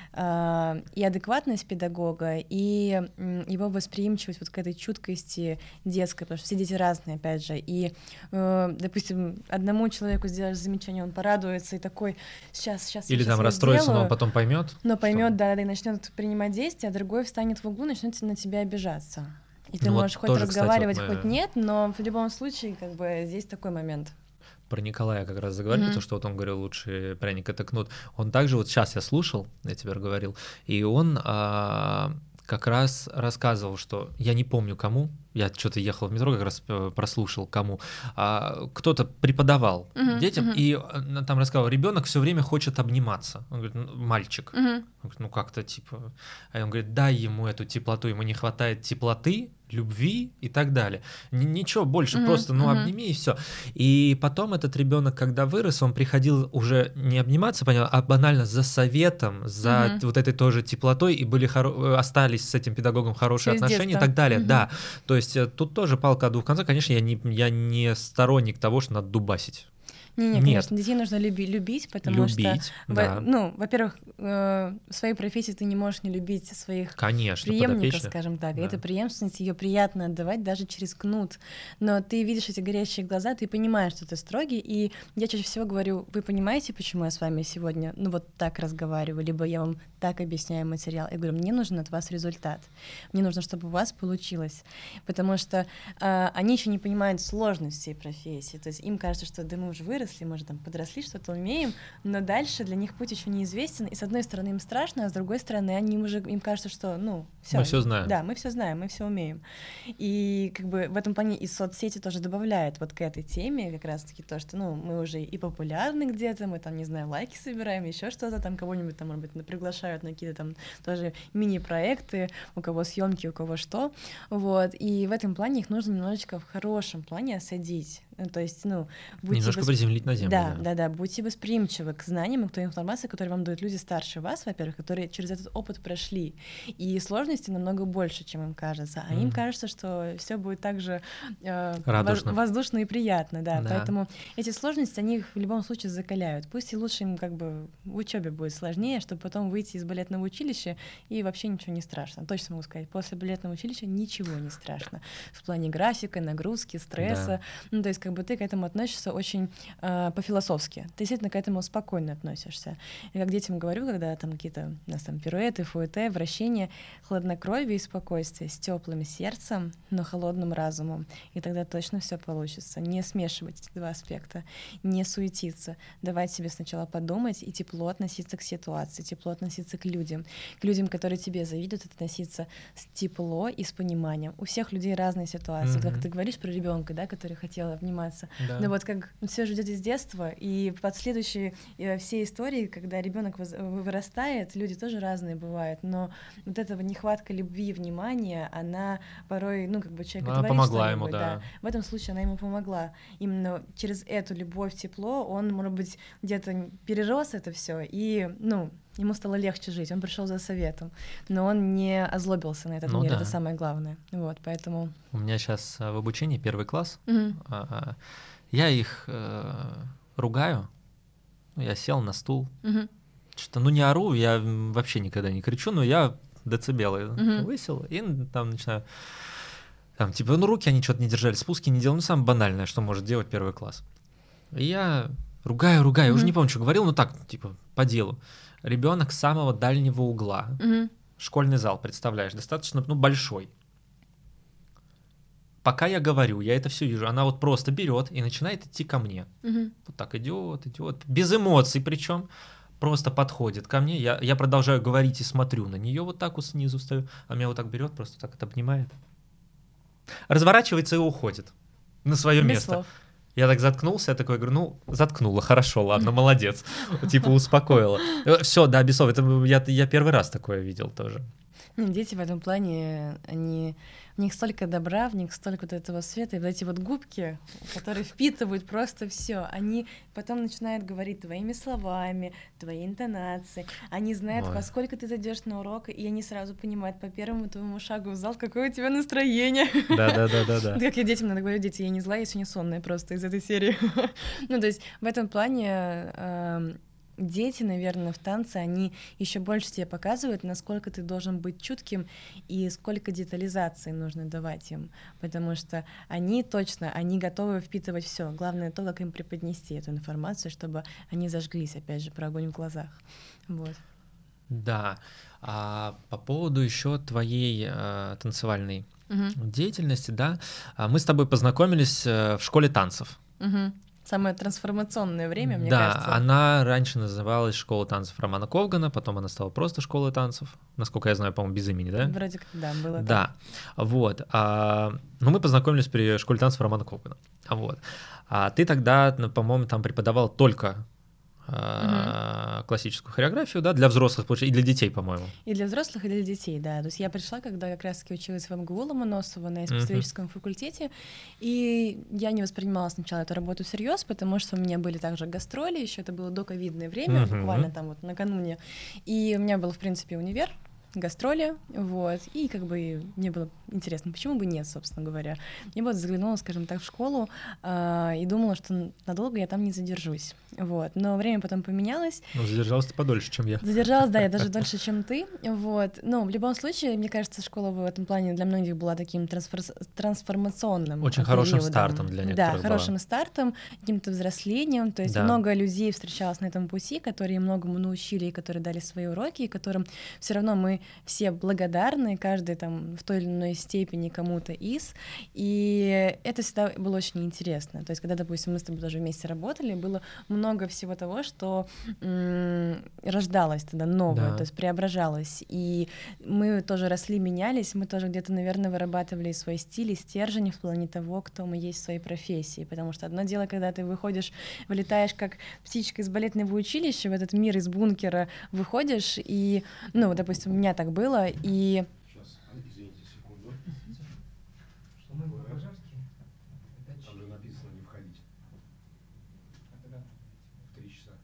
Э, и адекватность педагога, и э, его восприимчивость вот к этой чуткости детской, потому что все дети разные, опять же. И, э, допустим, одному человеку сделаешь замечание, он порадуется и такой, сейчас, сейчас, Или сейчас там я расстроится, сделаю, но он потом поймет. но поймет, да, да, и начнет принимать действия, а другой встанет в углу, начнет на тебя обижаться. И ты ну можешь вот хоть тоже, разговаривать, кстати, вот мы... хоть нет, но в любом случае, как бы, здесь такой момент. Про Николая как раз заговорили, mm-hmm. то, что вот он говорил, лучший пряник — это кнут. Он также, вот сейчас я слушал, я тебе говорил, и он а, как раз рассказывал, что я не помню кому, я что-то ехал в метро, как раз прослушал кому, а, кто-то преподавал uh-huh, детям, uh-huh. и там рассказывал, ребенок все время хочет обниматься. Он говорит, ну, мальчик. Uh-huh. Он говорит, ну как-то типа... А он говорит, дай ему эту теплоту, ему не хватает теплоты, любви и так далее. Н- ничего больше, uh-huh, просто ну uh-huh. обними и все. И потом этот ребенок, когда вырос, он приходил уже не обниматься, понял, а банально за советом, за uh-huh. вот этой тоже теплотой, и были хоро... остались с этим педагогом хорошие Все отношения и так далее. Uh-huh. Да, то есть тут тоже палка о двух концах. Конечно, я не, я не сторонник того, что надо дубасить. Не, не, конечно, детей нужно люби, любить, потому любить, что, да. во, ну, во-первых, э, в своей профессии ты не можешь не любить своих конечно, преемников, скажем так. Да. И эта преемственность, ее приятно отдавать даже через кнут. Но ты видишь эти горящие глаза, ты понимаешь, что ты строгий, и я чаще всего говорю, вы понимаете, почему я с вами сегодня, ну, вот так разговариваю, либо я вам так объясняю материал. Я говорю, мне нужен от вас результат. Мне нужно, чтобы у вас получилось. Потому что э, они еще не понимают сложности профессии. То есть им кажется, что да мы уже выросли, мы же там подросли, что-то умеем, но дальше для них путь еще неизвестен, и с одной стороны им страшно, а с другой стороны они уже, им кажется, что, ну, все. Мы все знаем. Да, мы все знаем, мы все умеем. И как бы в этом плане и соцсети тоже добавляют вот к этой теме как раз-таки то, что, ну, мы уже и популярны где-то, мы там, не знаю, лайки собираем, еще что-то там, кого-нибудь там, может быть, приглашают на какие-то там тоже мини-проекты, у кого съемки, у кого что, вот, и в этом плане их нужно немножечко в хорошем плане осадить. То есть, ну, будьте немножко восп... приземлить на землю. Да, да, да, да, будьте восприимчивы к знаниям и к той информации, которую вам дают люди старше вас, во-первых, которые через этот опыт прошли. И сложности намного больше, чем им кажется. А mm. им кажется, что все будет так же э, радужно. воздушно и приятно, да. да. Поэтому эти сложности, они их в любом случае закаляют. Пусть и лучше им как бы в учебе будет сложнее, чтобы потом выйти из балетного училища и вообще ничего не страшно. Точно могу сказать, после балетного училища ничего не страшно. В плане графика, нагрузки, стресса. Да. Ну, то есть как бы ты к этому относишься очень э, по-философски. Ты действительно к этому спокойно относишься. И как детям говорю, когда там какие-то у нас там пируэты, фуэте, вращения, хладнокровие и спокойствие с теплым сердцем, но холодным разумом. И тогда точно все получится. Не смешивать эти два аспекта, не суетиться, давать себе сначала подумать и тепло относиться к ситуации, тепло относиться к людям. К людям, которые тебе завидуют, относиться с тепло и с пониманием. У всех людей разные ситуации. Mm-hmm. Как ты говоришь про ребенка, да, который хотел обниматься. Да. Но вот как все же идет из детства, и последующие э, все истории, когда ребенок воз- вырастает, люди тоже разные бывают, но вот эта нехватка любви и внимания, она порой, ну, как бы человек она говорит помогла что-нибудь, ему, да. да. В этом случае она ему помогла. Именно через эту любовь, тепло, он, может быть, где-то перерос это все, и, ну, ему стало легче жить, он пришел за советом, но он не озлобился на этот ну, мир, да. это самое главное. Вот, поэтому... У меня сейчас в обучении первый класс, mm-hmm. я их э, ругаю, я сел на стул, mm-hmm. что-то, ну не ору, я вообще никогда не кричу, но я децибелы mm-hmm. повысил, и там начинаю, там типа, ну руки они что-то не держали, спуски не делали, ну самое банальное, что может делать первый класс. И я ругаю, ругаю, mm-hmm. уже не помню, что говорил, но так, типа, по делу. Ребенок с самого дальнего угла, mm-hmm. школьный зал, представляешь, достаточно, ну, большой. Пока я говорю, я это все вижу, она вот просто берет и начинает идти ко мне. Mm-hmm. Вот так идет, идет, без эмоций причем, просто подходит ко мне, я, я продолжаю говорить и смотрю на нее, вот так вот снизу стою, а меня вот так берет, просто так это обнимает, разворачивается и уходит на свое без место. Слов. Я так заткнулся, я такой говорю, ну, заткнула, хорошо, ладно, молодец. Типа успокоила. Все, да, без слов, это я, я первый раз такое видел тоже. Нет, дети в этом плане, они, в них столько добра, в них столько вот этого света, и вот эти вот губки, которые впитывают просто все, они потом начинают говорить твоими словами, твоей интонацией, они знают, Ой. во сколько ты зайдешь на урок, и они сразу понимают по первому твоему шагу в зал, какое у тебя настроение. Да-да-да-да-да. Как я детям надо говорить, дети, я не злая, я сегодня сонная просто из этой серии. Ну, то есть в этом плане дети, наверное, в танце, они еще больше тебе показывают, насколько ты должен быть чутким и сколько детализации нужно давать им, потому что они точно, они готовы впитывать все. Главное то, как им преподнести эту информацию, чтобы они зажглись, опять же, про огонь в глазах. Вот. Да. А по поводу еще твоей э, танцевальной угу. деятельности, да, мы с тобой познакомились в школе танцев. Угу. Самое трансформационное время, мне да, кажется. Да, она раньше называлась «Школа танцев Романа Ковгана», потом она стала просто «Школой танцев», насколько я знаю, по-моему, без имени, да? Вроде как, да, было Да, так. Вот. А, ну, мы познакомились при «Школе танцев Романа Ковгана». Вот. А ты тогда, по-моему, там преподавал только Uh-huh. классическую хореографию, да, для взрослых, и для детей, по-моему. И для взрослых, и для детей, да. То есть я пришла, когда как раз-таки училась в МГУ Ломоносова на искусствоведческом uh-huh. факультете, и я не воспринимала сначала эту работу всерьез, потому что у меня были также гастроли, еще это было доковидное время, uh-huh. буквально там вот накануне, и у меня был, в принципе, универ, гастроли, вот, и как бы мне было интересно, почему бы нет, собственно говоря. Я вот заглянула, скажем так, в школу э, и думала, что надолго я там не задержусь, вот, но время потом поменялось. Ну, задержалась ты подольше, чем я. Задержалась, да, я даже дольше, чем ты, вот, но в любом случае, мне кажется, школа в этом плане для многих была таким трансфор- трансформационным Очень периодом. Хорошим стартом для некоторых. Да, хорошим была. Стартом, каким-то взрослением, то есть да. много людей встречалось на этом пути, которые многому научили, и которые дали свои уроки, и которым все равно мы все благодарны, каждый там в той или иной степени кому-то из, и это всегда было очень интересно. То есть, когда, допустим, мы с тобой даже вместе работали, было много всего того, что м- рождалось тогда новое, да. то есть преображалось, и мы тоже росли, менялись, мы тоже где-то, наверное, вырабатывали свой стиль и стержень в плане того, кто мы есть в своей профессии, потому что одно дело, когда ты выходишь, вылетаешь как птичка из балетного училища в этот мир из бункера, выходишь, и, ну, допустим, у меня так было, и... Сейчас, извините, секунду. Что мы в пожарке? Там же написано не входить. А когда? В три часа.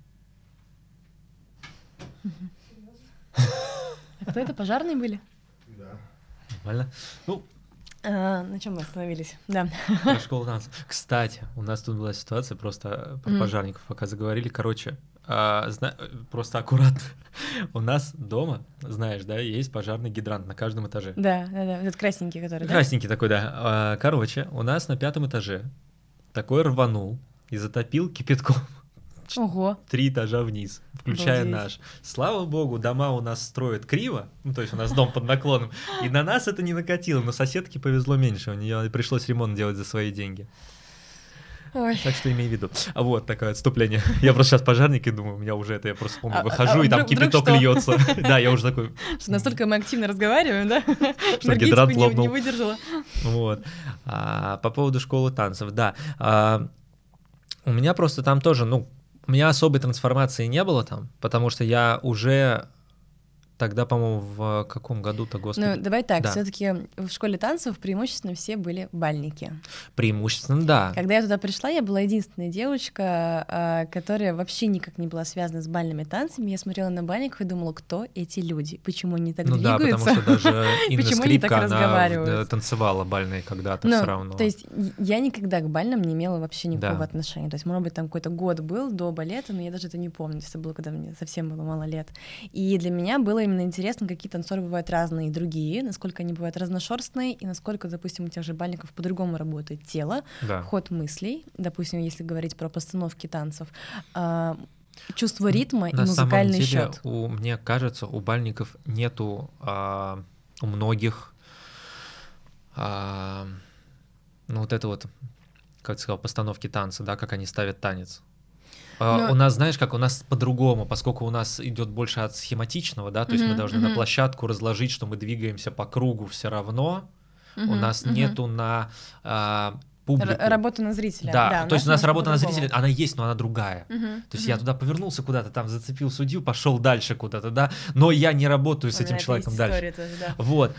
А кто это, пожарные были? Да. Нормально. Ну, А, на чем мы остановились? Да. Про школу танцев. Кстати, у нас тут была ситуация, просто про mm. пожарников пока заговорили. Короче, а, зна- просто аккуратно. У нас дома, знаешь, да, есть пожарный гидрант на каждом этаже. Да, да, да. Этот красненький, который, да? Красненький такой, да. А, короче, у нас на пятом этаже такой рванул и затопил кипятком. Ого. Три этажа вниз, включая Обалдеть. наш. Слава богу, дома у нас строят криво, ну, то есть у нас дом под наклоном, и на нас это не накатило, но соседке повезло меньше, у нее пришлось ремонт делать за свои деньги. Ой. Так что имей в виду. А вот такое отступление. Я просто сейчас пожарник и думаю, у меня уже это, я просто помню, а, выхожу, а, и там вдруг, кипяток вдруг льется. Да, я уже такой... Настолько мы активно разговариваем, да? Что гидрант Энергетику не, лопнул. не выдержала. Вот. А, по поводу школы танцев, да. А, у меня просто там тоже, ну, у меня особой трансформации не было там, потому что я уже тогда, по-моему, в каком году-то, господи? Ну, давай так, да. все-таки в школе танцев преимущественно все были бальники. Преимущественно, да. Когда я туда пришла, я была единственная девочка, которая вообще никак не была связана с бальными танцами. Я смотрела на бальников и думала, кто эти люди, почему они так ну, двигаются, да, потому что даже Инна почему они так Скрипка, она разговаривают. танцевала бальные когда-то ну, все равно. То есть я никогда к бальным не имела вообще никакого да. отношения. То есть, может быть, там какой-то год был до балета, но я даже это не помню. Это было, когда мне совсем было мало лет. И для меня было именно интересно, какие танцоры бывают разные и другие, насколько они бывают разношерстные, и насколько, допустим, у тех же бальников по-другому работает тело, да. ход мыслей, допустим, если говорить про постановки танцев, э, чувство ритма На и музыкальный самом деле, счет. У, мне кажется, у бальников нету, а, у многих, а, ну вот это вот, как ты сказал, постановки танца, да, как они ставят танец. Но... У нас, знаешь, как у нас по-другому, поскольку у нас идет больше от схематичного, да, то есть mm-hmm, мы должны mm-hmm. на площадку разложить, что мы двигаемся по кругу все равно. Mm-hmm, у нас mm-hmm. нету на а, публику. Р- работа на зрителя. Да, да то есть у нас работа на зрителя, она есть, но она другая. Угу, то есть угу. я туда повернулся куда-то, там зацепил судью, пошел дальше куда-то, да, но я не работаю с У этим меня человеком есть дальше. история тоже, да. Вот.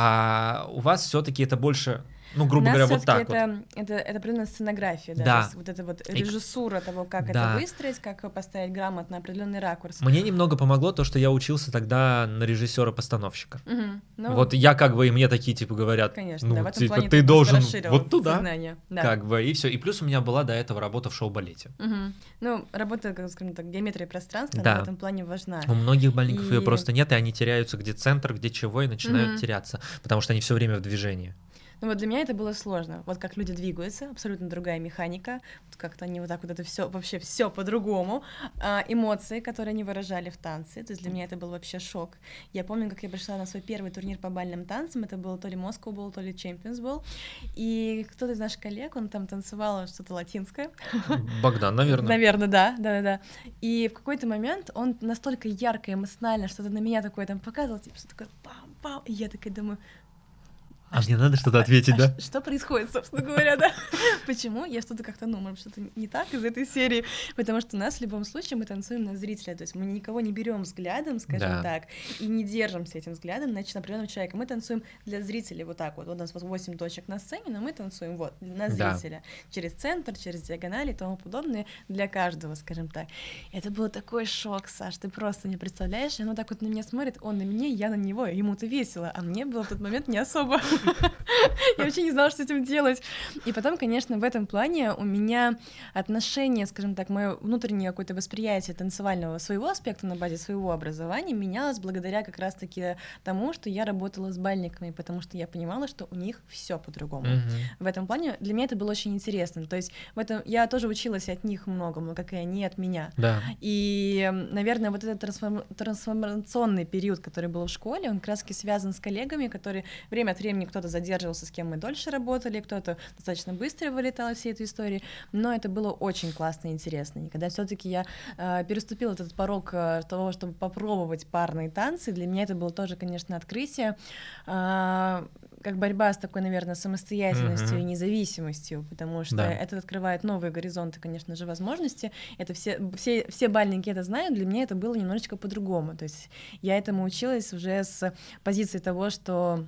А у вас все-таки это больше, ну, грубо У нас говоря, вот так это, вот. Это, это определенная сценография, да, Да. то есть вот эта вот режиссура того, как Да. это выстроить, как поставить грамотно определенный ракурс. Мне немного помогло то, что я учился тогда на режиссера-постановщика. Угу. Ну, вот я как бы, и мне такие типа говорят, конечно, ну, да, в этом типа, плане ты ты должен расширил вот туда, сознание, да. как бы, и все. И плюс у меня была до этого работа в шоу-балете. Угу. Ну, работа, как скажем так, геометрия пространства, Да. она в этом плане важна. У многих больников И- ее просто нет, и они теряются, где центр, где чего, и начинают Мгм. теряться, потому что они все время в движении. Ну вот для меня это было сложно. Вот как люди двигаются, абсолютно другая механика. Вот как-то они вот так вот это все вообще все по-другому. А, эмоции, которые они выражали в танце. То есть для меня это был вообще шок. Я помню, как я пришла на свой первый турнир по бальным танцам. Это был то ли Moscow Ball, то ли Champions Ball. И кто-то из наших коллег, он там танцевал что-то латинское. Богдан, наверное. Наверное, да, да, да, да. И в какой-то момент он настолько ярко, эмоционально что-то на меня такое там показывал, типа что такое пам-пам. И я такая думаю, А мне надо что-то ответить, а да? ш- Что происходит, собственно говоря, да? Почему? Я что-то как-то, ну, может, что-то не так из этой серии, потому что у нас в любом случае мы танцуем на зрителя, то есть мы никого не берем взглядом, скажем Да. так, и не держимся этим взглядом, значит, на определенного человека. Мы танцуем для зрителей вот так вот. Вот у нас вот восемь точек на сцене, но мы танцуем вот на Да. зрителя. Через центр, через диагонали и тому подобное для каждого, скажем так. Это был такой шок, Саш, ты просто не представляешь. И оно так вот на меня смотрит, он на меня, я на него, ему-то весело, а мне было в тот момент не особо. Я вообще не знала, что с этим делать. И потом, конечно, в этом плане у меня отношение, скажем так, мое внутреннее какое-то восприятие танцевального своего аспекта на базе своего образования менялось благодаря как раз-таки тому, что я работала с бальниками, потому что я понимала, что у них все по-другому. Мгм. В этом плане для меня это было очень интересно. То есть в этом я тоже училась от них многому, как и они от меня. Да. И, наверное, вот этот трансформ... трансформационный период, который был в школе, он как раз-таки связан с коллегами, которые время от времени кто-то задерживался, с кем мы дольше работали, кто-то достаточно быстро вылетал из всей этой истории, но это было очень классно и интересно. И когда все-таки я э, переступила этот порог э, того, чтобы попробовать парные танцы, для меня это было тоже, конечно, открытие, э, как борьба с такой, наверное, самостоятельностью Мгм. и независимостью, потому что Да. это открывает новые горизонты, конечно же, возможности. Это все, все, все бальники это знают, для меня это было немножечко по-другому. То есть я этому училась уже с позиции того, что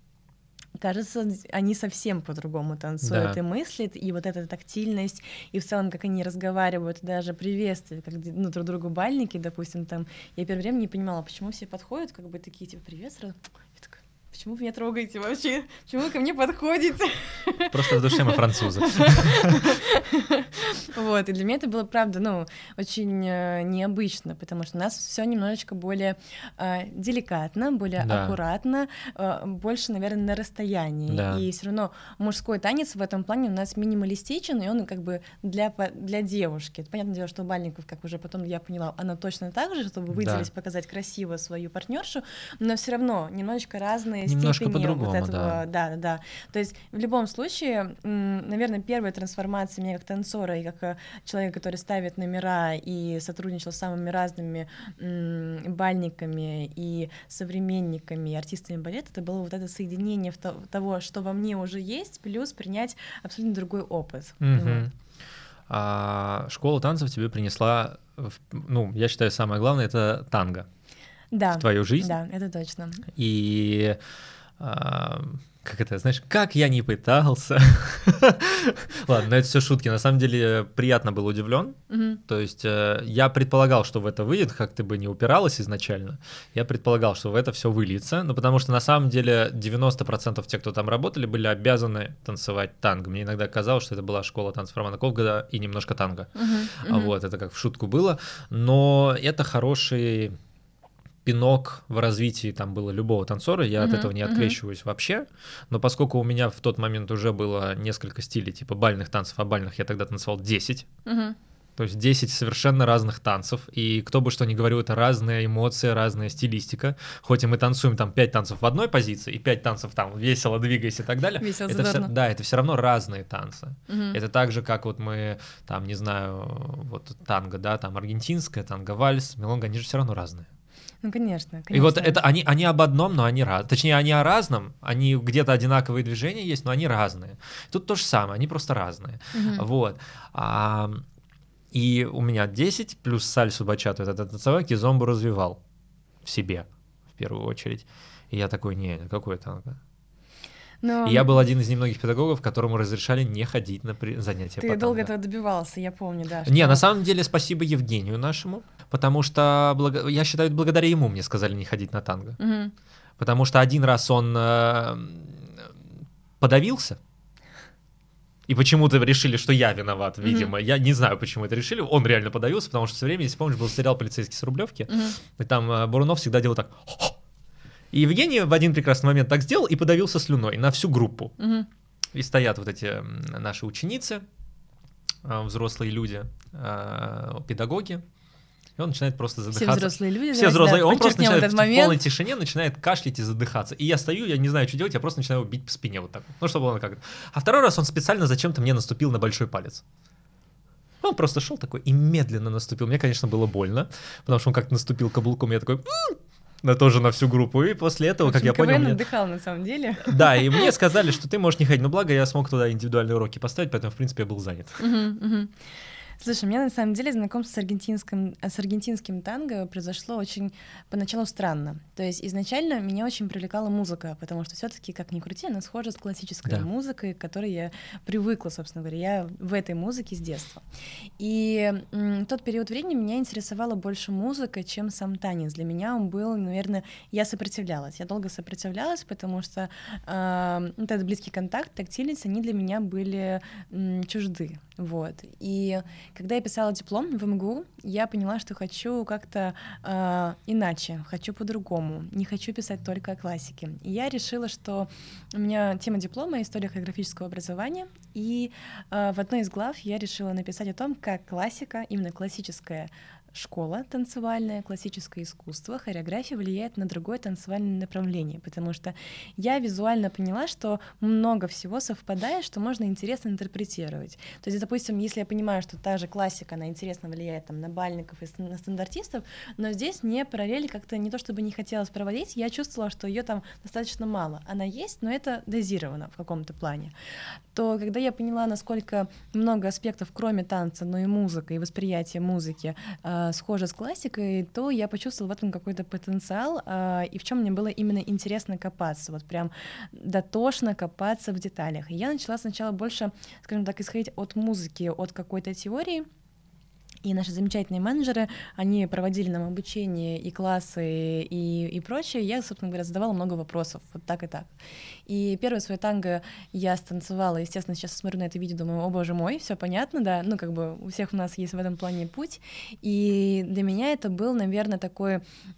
кажется, они совсем по-другому танцуют Да. и мыслят, и вот эта тактильность, и в целом, как они разговаривают, даже приветствие, как ну, друг другу бальники, допустим, там, я первое время не понимала, почему все подходят, как бы такие, типа, привет, сразу. Я такая, почему вы меня трогаете вообще? Почему вы ко мне подходите? Просто в душе мы французы. Вот, и для меня это было, правда, ну, очень э, необычно, потому что у нас все немножечко более э, деликатно, более Да. аккуратно, э, больше, наверное, на расстоянии. Да. И все равно мужской танец в этом плане у нас минималистичен, и он как бы для, по- для девушки. Это понятное дело, что у бальников, как уже потом я поняла, она точно так же, чтобы выделить, Да. показать красиво свою партнершу, но все равно немножечко разные Немножко степени по-другому, вот этого. да. Да, да, да. То есть в любом случае, м, наверное, первая трансформация меня как танцора и как э, человека, который ставит номера и сотрудничал с самыми разными м, бальниками и современниками, и артистами балета, это было вот это соединение в то- того, что во мне уже есть, плюс принять абсолютно другой опыт. Мгм. Вот. А школа танцев тебе принесла, в- ну, я считаю, самое главное — это танго Да, в твою жизнь. да, это точно. И а, как это, знаешь, как я не пытался. Ладно, но это все шутки. На самом деле приятно был удивлен. Мгм. То есть э, я предполагал, что в это выйдет, как ты бы не упиралась изначально. Я предполагал, что в это все выльется. Ну, потому что на самом деле девяносто процентов тех, кто там работали, были обязаны танцевать танго. Мне иногда казалось, что это была школа танцев Романа Ковгода и немножко танго. Мгм. А Мгм. Вот, это как в шутку было. Но это хороший пинок в развитии там было любого танцора, я от Мгм, этого не мгм. открещиваюсь вообще, но поскольку у меня в тот момент уже было несколько стилей типа бальных танцев, а бальных я тогда танцевал десять, Мгм. то есть десять совершенно разных танцев, и кто бы что ни говорил, это разные эмоции, разная стилистика, хоть и мы танцуем там пять танцев в одной позиции и пять танцев там весело двигаясь и так далее, Весело, это всё- задорно. да, это все равно разные танцы. Мгм. Это так же, как вот мы, там, не знаю, вот танго, да, там аргентинская, танго-вальс, мелонга, они же все равно разные. Ну, конечно, конечно. И вот это они, они об одном, но они разные. Точнее, они о разном, они где-то одинаковые движения есть, но они разные. Тут то же самое, они просто разные. Угу. Вот. А, и у меня десять плюс сальсу бачату, этот танцевал, кизомбу развивал в себе, в первую очередь. И я такой, не, какой танго? Но... И я был один из немногих педагогов, которому разрешали не ходить на при... занятия Ты по долго танго. этого добивался, я помню, да. Не, что... на самом деле спасибо Евгению нашему, потому что, благо... я считаю, благодаря ему мне сказали не ходить на танго. Угу. Потому что один раз он э... подавился, и почему-то решили, что я виноват, видимо. Mm-hmm. Я не знаю, почему это решили. Он реально подавился, потому что все время, если помнишь, был сериал «Полицейский с Рублевки», mm-hmm. и там э, Бурунов всегда делал так. И Евгений в один прекрасный момент так сделал и подавился слюной на всю группу. Mm-hmm. И стоят вот эти наши ученицы, э, взрослые люди, э, педагоги, и он начинает просто задыхаться. Все взрослые люди. Все взрослые. Да, он просто начинает этот в момент. полной тишине начинает кашлять и задыхаться. И я стою, я не знаю, что делать, я просто начинаю его бить по спине вот так. Ну, чтобы он как-то... А второй раз он специально зачем-то мне наступил на большой палец. Он просто шел такой и медленно наступил. Мне, конечно, было больно, потому что он как-то наступил каблуком, я такой... На, тоже на всю группу. И после этого, общем, как я понял... КВН мне... отдыхал на самом деле. Да, и мне сказали, что ты можешь не ходить. Но благо я смог туда индивидуальные уроки поставить, поэтому, в принципе, я был занят. Uh-huh, uh-huh. Слушай, у меня на самом деле знакомство с аргентинским, с аргентинским танго произошло очень поначалу странно. То есть изначально меня очень привлекала музыка, потому что все-таки, как ни крути, она схожа с классической да. музыкой, к которой я привыкла, собственно говоря. Я в этой музыке с детства. И м, тот период времени меня интересовала больше музыка, чем сам танец. Для меня он был, наверное, я сопротивлялась. Я долго сопротивлялась, потому что э, вот этот близкий контакт, тактильность, они для меня были м, чужды. Вот. И когда я писала диплом в эм гэ у, я поняла, что хочу как-то э, иначе, хочу по-другому, не хочу писать только о классике. И я решила, что у меня тема диплома — история хореографического образования, и э, в одной из глав я решила написать о том, как классика, именно классическая школа танцевальная, классическое искусство, хореография влияет на другое танцевальное направление, потому что я визуально поняла, что много всего совпадает, что можно интересно интерпретировать. То есть, допустим, если я понимаю, что та же классика, она интересно влияет там, на бальников и на стандартистов, но здесь мне параллели как-то не то чтобы не хотелось проводить, я чувствовала, что ее там достаточно мало. Она есть, но это дозировано в каком-то плане. То когда я поняла, насколько много аспектов, кроме танца, но и музыка, и восприятие музыки э, схоже с классикой, то я почувствовала в этом какой-то потенциал, э, и в чем мне было именно интересно копаться, вот прям дотошно копаться в деталях. И я начала сначала больше, скажем так, исходить от музыки, от какой-то теории. И наши замечательные менеджеры, они проводили нам обучение и классы, и, и прочее. Я, собственно говоря, задавала много вопросов, вот так и так. И первое свое танго я станцевала, естественно, сейчас смотрю на это видео, думаю, о боже мой, все понятно, да, ну как бы у всех у нас есть в этом плане путь. И для меня это был, наверное, такой...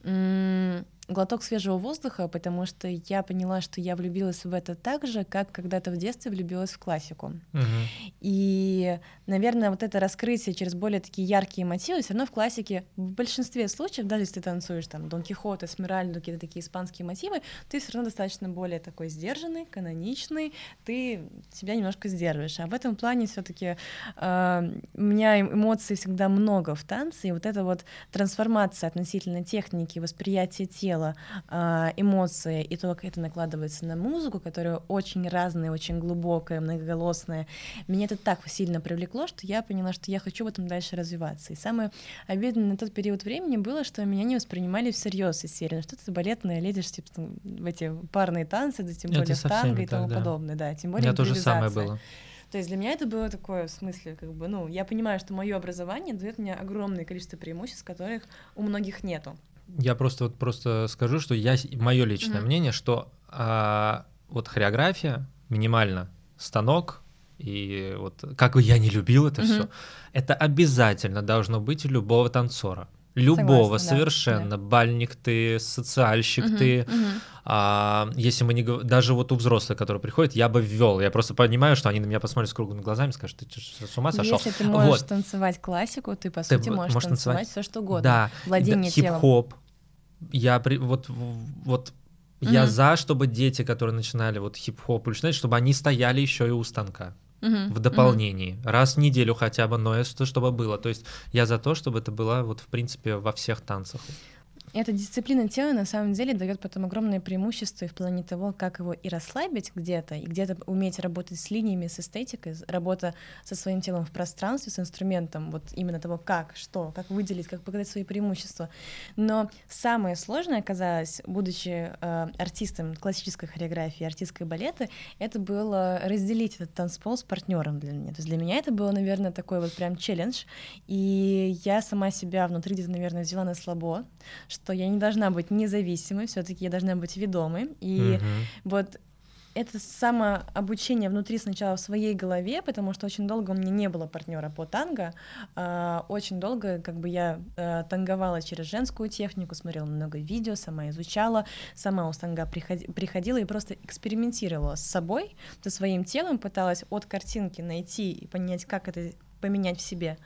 М- глоток свежего воздуха, потому что я поняла, что я влюбилась в это так же, как когда-то в детстве влюбилась в классику. Uh-huh. И, наверное, вот это раскрытие через более такие яркие мотивы, все равно в классике в большинстве случаев, даже если ты танцуешь там Дон Кихот, Эсмеральду, какие-то такие испанские мотивы, ты все равно достаточно более такой сдержанный, каноничный, ты себя немножко сдерживаешь. А в этом плане все-таки э, у меня эмоций всегда много в танце, и вот эта вот трансформация относительно техники, восприятия тела, эмоции и то, как это накладывается на музыку, которая очень разная, очень глубокая, многоголосная, меня это так сильно привлекло, что я поняла, что я хочу в этом дальше развиваться. И самое обидное на тот период времени было, что меня не воспринимали всерьез из серии, что ты балетная, лезешь типа, в эти парные танцы, да, тем более в танго и тому так, да. подобное. Да, тем более у меня то же самое было. То есть для меня это было такое, в смысле, как бы, ну, я понимаю, что мое образование дает мне огромное количество преимуществ, которых у многих нету. Я просто вот просто скажу, что я мое личное mm-hmm. мнение, что а, вот хореография минимально станок и вот как бы я не любил это mm-hmm. все, это обязательно должно быть у любого танцора. Любого, согласна, совершенно. Да. Бальник ты, социальщик uh-huh, ты. Uh-huh. А, если мы не говорим, даже вот у взрослых, которые приходят, я бы ввел. Я просто понимаю, что они на меня посмотрят с круглыми глазами и скажут, ты с ума сошел. Если ты можешь вот. танцевать классику, ты, по ты сути, можешь, можешь танцевать все, что угодно. Да. Владение да, хип-хоп. Я при, вот, вот uh-huh. я за, чтобы дети, которые начинали вот хип-хоп начинать, чтобы они стояли еще и у станка. Uh-huh. В дополнении. Uh-huh. Раз в неделю хотя бы, но это чтобы было. То есть я за то, чтобы это было вот в принципе во всех танцах. эта дисциплина тела на самом деле дает потом огромное преимущество и в плане того, как его и расслабить где-то, и где-то уметь работать с линиями, с эстетикой, работа со своим телом в пространстве, с инструментом, вот именно того, как, что, как выделить, как показать свои преимущества. Но самое сложное оказалось, будучи э, артистом классической хореографии, артистской балета, это было разделить этот танцпол с партнером для меня. То есть для меня это было, наверное, такой вот прям челлендж, и я сама себя внутри где-то, наверное, взяла на слабо, что я не должна быть независимой, все-таки я должна быть ведомой. И uh-huh. вот это самообучение внутри сначала в своей голове, потому что очень долго у меня не было партнера по танго, очень долго как бы я танговала через женскую технику, смотрела много видео, сама изучала, сама у танго приходила и просто экспериментировала с собой, со своим телом, пыталась от картинки найти и понять, как это поменять в себе.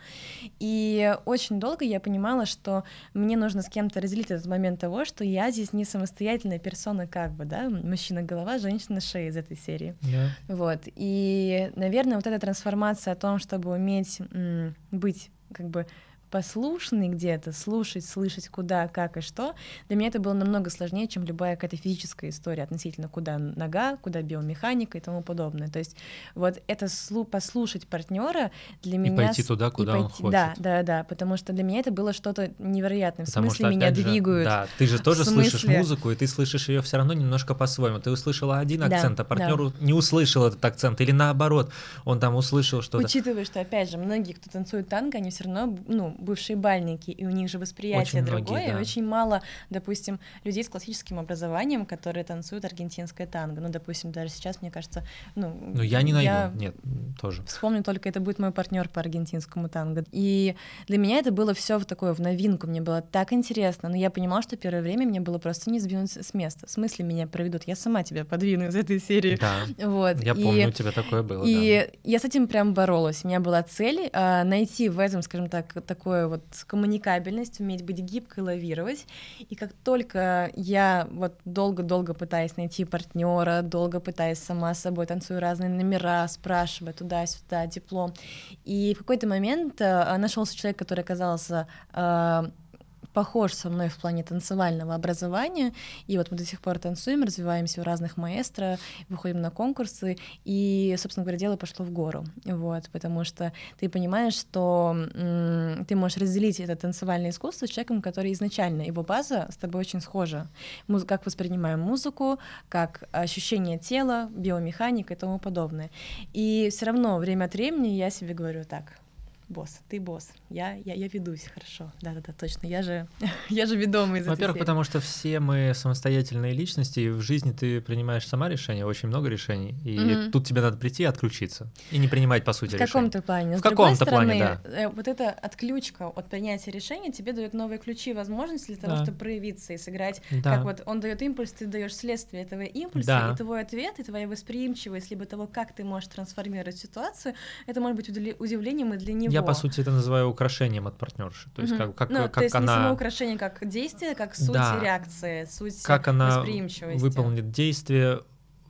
И очень долго я понимала, что мне нужно с кем-то разделить этот момент того, что я здесь не самостоятельная персона, как бы, да, мужчина-голова, женщина-шея из этой серии. Yeah. Вот. И, наверное, вот эта трансформация о том, чтобы уметь м- быть, как бы, послушный где-то, слушать, слышать, куда, как и что, для меня это было намного сложнее, чем любая какая-то физическая история относительно куда нога, куда биомеханика и тому подобное. То есть вот это слу- послушать партнера для и меня... И пойти туда, куда пойти... он хочет. Да, да, да, потому что для меня это было что-то невероятное. В потому смысле что, меня же, двигают. Да, ты же тоже смысле... слышишь музыку, и ты слышишь ее все равно немножко по-своему. Ты услышала один акцент, да, а партнер да. не услышал этот акцент, или наоборот, он там услышал что-то. Учитывая, что, опять же, многие, кто танцует танго, они все равно, ну, бывшие бальники, и у них же восприятие очень другое, многие, да. и очень мало, допустим, людей с классическим образованием, которые танцуют аргентинское танго. Ну, допустим, даже сейчас, мне кажется, ну... Ну, я не найду, я нет, тоже. Вспомню только, это будет мой партнер по аргентинскому танго. И для меня это было все в такое, в новинку, мне было так интересно, но я понимала, что первое время мне было просто не сдвинуть с места. В смысле меня проведут? Я сама тебя подвину из этой серии. Да, вот. я и, помню, у тебя такое было, И да. я с этим прям боролась. У меня была цель а, найти в этом, скажем так, такое вот коммуникабельность, уметь быть гибкой, лавировать. И как только я вот долго-долго пытаюсь найти партнера, долго пытаюсь сама с собой, танцую разные номера, спрашивая туда-сюда, диплом. И в какой-то момент а, нашелся человек, который оказался а, похож со мной в плане танцевального образования, и вот мы до сих пор танцуем, развиваемся у разных маэстро, выходим на конкурсы, и, собственно говоря, дело пошло в гору, вот, потому что ты понимаешь, что м- ты можешь разделить это танцевальное искусство с человеком, который изначально, его база с тобой очень схожа, Муз- как воспринимаем музыку, как ощущение тела, биомеханика и тому подобное, и все равно время от времени я себе говорю так: босс, ты босс, я, я, я ведусь, хорошо, да-да-да, точно, я же, я же ведомый из этой Во-первых, серии. потому что все мы самостоятельные личности, и в жизни ты принимаешь сама решения, очень много решений, и mm-hmm. тут тебе надо прийти и отключиться, и не принимать, по сути, в решения. В каком-то плане. Но в с каком-то плане, стороны, да. Вот эта отключка от принятия решения тебе дает новые ключи и возможности для того, да. чтобы проявиться и сыграть, да. как вот он дает импульс, ты даешь следствие этого импульса, да. и твой ответ, и твоя восприимчивость, либо того, как ты можешь трансформировать ситуацию, это может быть удивлением и для него. Я, по сути, это называю украшением от партнерши. То есть, mm-hmm. как, как, ну, как то есть она... не само украшение как действие, как суть да. реакции, суть как она восприимчивости. выполнит действие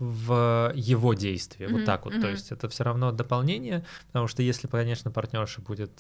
в его действии. Mm-hmm. Вот так вот. Mm-hmm. То есть это все равно дополнение, потому что если, конечно, партнерша будет...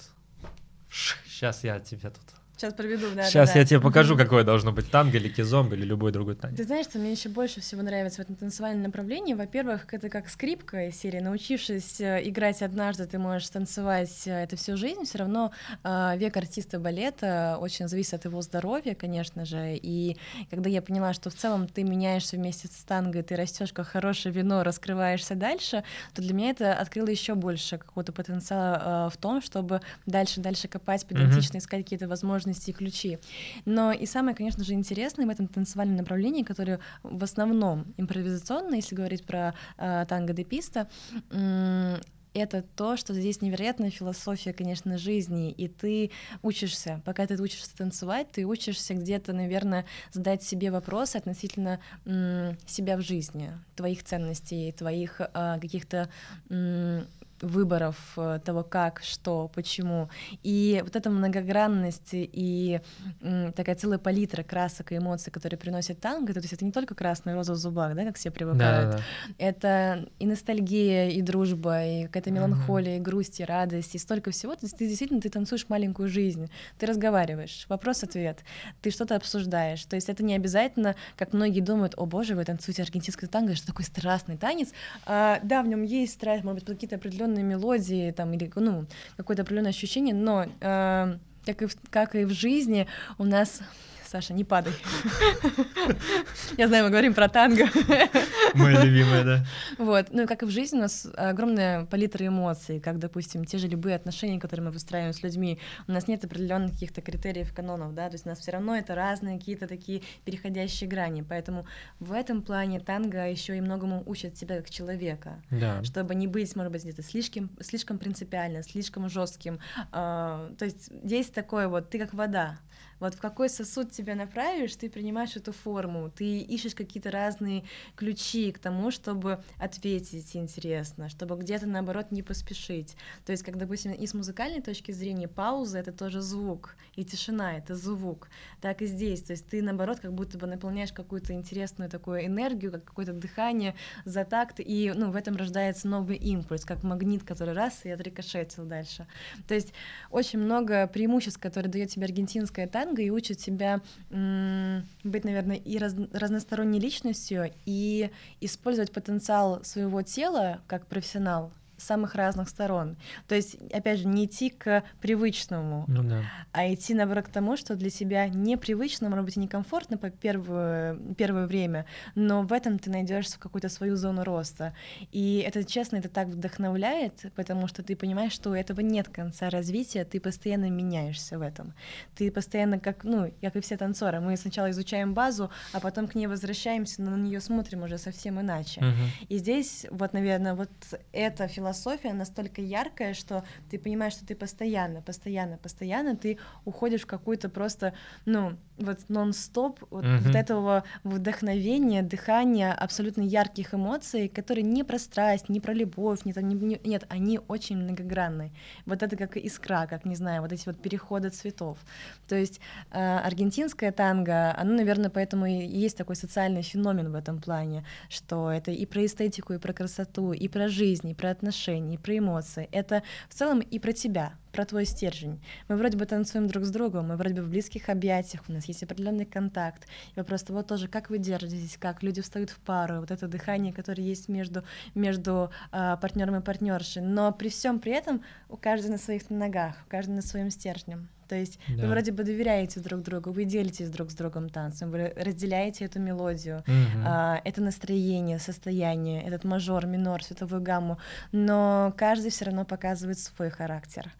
Сейчас я тебе тут... Сейчас проведу, да. Сейчас да, я да. тебе покажу, какое должно быть танго или кизомба или любой другой танец. Ты знаешь, что мне еще больше всего нравится в этом танцевальном направлении? Во-первых, это как скрипка из серии. Научившись играть однажды, ты можешь танцевать это всю жизнь. Все равно э, век артиста балета очень зависит от его здоровья, конечно же. И когда я поняла, что в целом ты меняешься вместе с танго, ты растешь как хорошее вино, раскрываешься дальше, то для меня это открыло еще больше какого-то потенциала э, в том, чтобы дальше-дальше копать, педантично mm-hmm. искать какие-то возможности и ключи. Но и самое, конечно же, интересное в этом танцевальном направлении, которое в основном импровизационно, если говорить про э, танго де писта, э, это то, что здесь невероятная философия, конечно, жизни, и ты учишься, пока ты учишься танцевать, ты учишься где-то, наверное, задать себе вопросы относительно м, себя в жизни, твоих ценностей, твоих э, каких-то м, выборов того, как, что, почему. И вот эта многогранность и м, такая целая палитра красок и эмоций, которые приносит танго, то есть это не только красная роза в зубах, да, как все привыкают, Да-да-да. это и ностальгия, и дружба, и какая-то меланхолия, и грусть, и радость, и столько всего. То есть ты действительно ты танцуешь маленькую жизнь, ты разговариваешь, вопрос-ответ, ты что-то обсуждаешь. То есть это не обязательно, как многие думают, о боже, вы танцуете аргентинское танго, что такой страстный танец. А, да, в нем есть страсть, может быть, какие-то определенные мелодии там, или ну, какое-то определенное ощущение, но э, как, и в, как и в жизни у нас... Саша, не падай. Я знаю, мы говорим про танго. Моя любимая, да. Вот. Ну и как и в жизни, у нас огромная палитра эмоций, как, допустим, те же любые отношения, которые мы выстраиваем с людьми. У нас нет определенных каких-то критериев, канонов, да, то есть у нас все равно это разные какие-то такие переходящие грани. Поэтому в этом плане танго еще и многому учит тебя как человека, Да. чтобы не быть, может быть, где-то слишком, слишком принципиальным, слишком жестким. То есть есть такое вот, ты как вода. Вот в какой сосуд тебя направишь, ты принимаешь эту форму, ты ищешь какие-то разные ключи к тому, чтобы ответить интересно, чтобы где-то, наоборот, не поспешить. То есть, как, допустим, и с музыкальной точки зрения пауза — это тоже звук, и тишина — это звук. Так и здесь. То есть ты, наоборот, как будто бы наполняешь какую-то интересную такую энергию, как какое-то дыхание за такт, и ну, в этом рождается новый импульс, как магнит, который раз и отрикошетил дальше. То есть очень много преимуществ, которые дает тебе аргентинская танго, и учит тебя м- быть, наверное, и раз- разносторонней личностью, и использовать потенциал своего тела как профессионал с самых разных сторон. То есть, опять же, не идти к привычному, Ну да. а идти, наоборот, к тому, что для тебя непривычно, может быть, и некомфортно по первое, первое время, но в этом ты найдешь какую-то свою зону роста. И это, честно, это так вдохновляет, потому что ты понимаешь, что у этого нет конца развития, ты постоянно меняешься в этом. Ты постоянно, как, ну, как и все танцоры, мы сначала изучаем базу, а потом к ней возвращаемся, но на нее смотрим уже совсем иначе. Мгм. И здесь, вот, наверное, вот эта философия настолько яркая, что ты понимаешь, что ты постоянно, постоянно, постоянно ты уходишь в какую-то просто, ну, вот нон-стоп вот, Мгм. вот этого вдохновения, дыхания, абсолютно ярких эмоций, которые не про страсть, не про любовь, не, не, не, нет, они очень многогранны. Вот это как искра, как, не знаю, вот эти вот переходы цветов. То есть э, аргентинское танго, оно, наверное, поэтому и есть такой социальный феномен в этом плане, что это и про эстетику, и про красоту, и про жизнь, и про отношения, и про эмоции. Это в целом и про тебя, про твой стержень. Мы вроде бы танцуем друг с другом, мы вроде бы в близких объятиях, у нас есть определенный контакт. И вопрос того тоже, как вы держитесь, как люди встают в пару, вот это дыхание, которое есть между, между э, партнером и партнершей. Но при всем при этом у каждого на своих ногах, у каждого на своем стержне. То есть Да. вы вроде бы доверяете друг другу, вы делитесь друг с другом танцем, вы разделяете эту мелодию, Мгм. а, это настроение, состояние, этот мажор, минор, световую гамму, но каждый все равно показывает свой характер.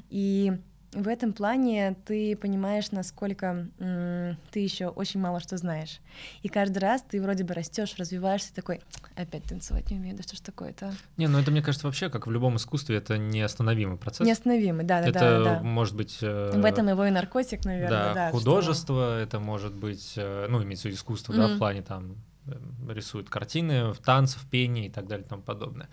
И в этом плане ты понимаешь, насколько м, ты еще очень мало что знаешь. И каждый раз ты вроде бы растешь, развиваешься, такой, опять танцевать не умею, да что ж такое-то? Не, ну это, мне кажется, вообще, как в любом искусстве, это неостановимый процесс. Неостановимый, да, да, это да, да. может быть... э, В этом его и наркотик, наверное, да, да. художество, это может быть, э, ну, имеется в виду искусство, да, Мгм. в плане там э, рисуют картины, в танце, в пении и так далее и тому подобное.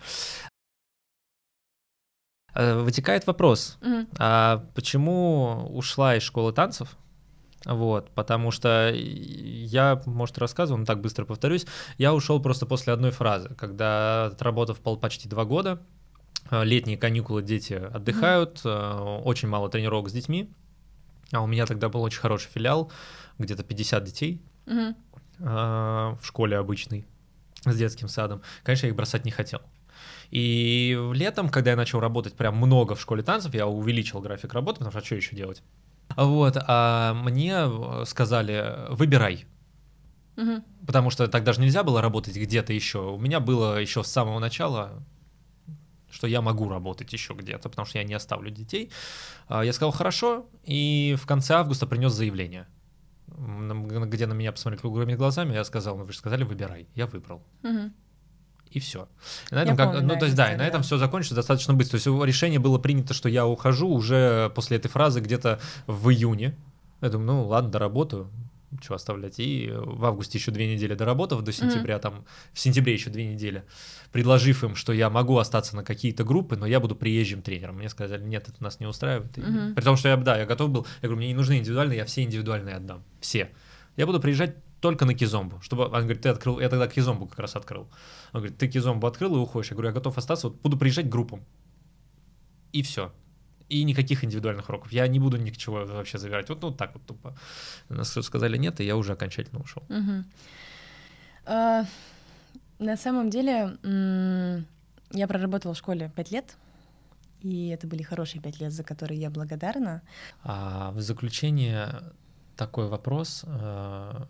Э, Вытекает вопрос, Что... Мгм. а почему ушла из школы танцев? Вот, потому что я, может, рассказывал, но так быстро повторюсь, я ушел просто после одной фразы, когда, отработав пол, почти два года, э, летние каникулы, дети отдыхают, э, очень мало тренировок с детьми, а у меня тогда был очень хороший филиал, где-то пятьдесят детей Мгм. э, в школе обычной, с детским садом. Конечно, я их бросать не хотел. И летом, когда я начал работать прям много в школе танцев, я увеличил график работы, потому что а что еще делать? Вот, а мне сказали, выбирай. Мгм. Потому что так даже нельзя было работать где-то еще. У меня было еще с самого начала, что я могу работать еще где-то, потому что я не оставлю детей. А я сказал, хорошо, и в конце августа принес заявление, м, где на меня посмотрели круглыми глазами, я сказал, ну вы же сказали, выбирай. Я выбрал. Мгм. И все. На этом, Я как, помню, ну, да, то есть, эту да, и историю, на этом да. все закончится достаточно быстро. То есть решение было принято, что я ухожу уже после этой фразы где-то в июне. Я думаю, ну ладно, доработаю. что оставлять. И в августе еще две недели доработав до сентября, mm-hmm. там в сентябре еще две недели, предложив им, что я могу остаться на какие-то группы, но я буду приезжим тренером. Мне сказали, нет, это нас не устраивает. Mm-hmm. При том, что я, да, я готов был, я говорю, мне не нужны индивидуальные, я все индивидуальные отдам, все. Я буду приезжать только на кизомбу, чтобы, он говорит, ты открыл, я тогда кизомбу как раз открыл. Он говорит, ты кизомбу открыл и уходишь. Я говорю, я готов остаться, вот буду приезжать группам. И все. И никаких индивидуальных уроков. Я не буду ничего вообще забирать. Вот, ну, так вот тупо. Нас сказали нет, и я уже окончательно ушел. Uh-huh. Uh, на самом деле, м- я проработала в школе пять лет, и это были хорошие пять лет, за которые я благодарна. А в заключение такой вопрос. Uh,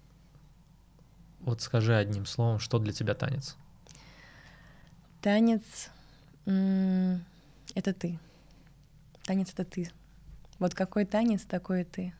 вот скажи одним словом, что для тебя танец? Танец м- — это ты. Танец — это ты. Вот какой танец, такой и ты.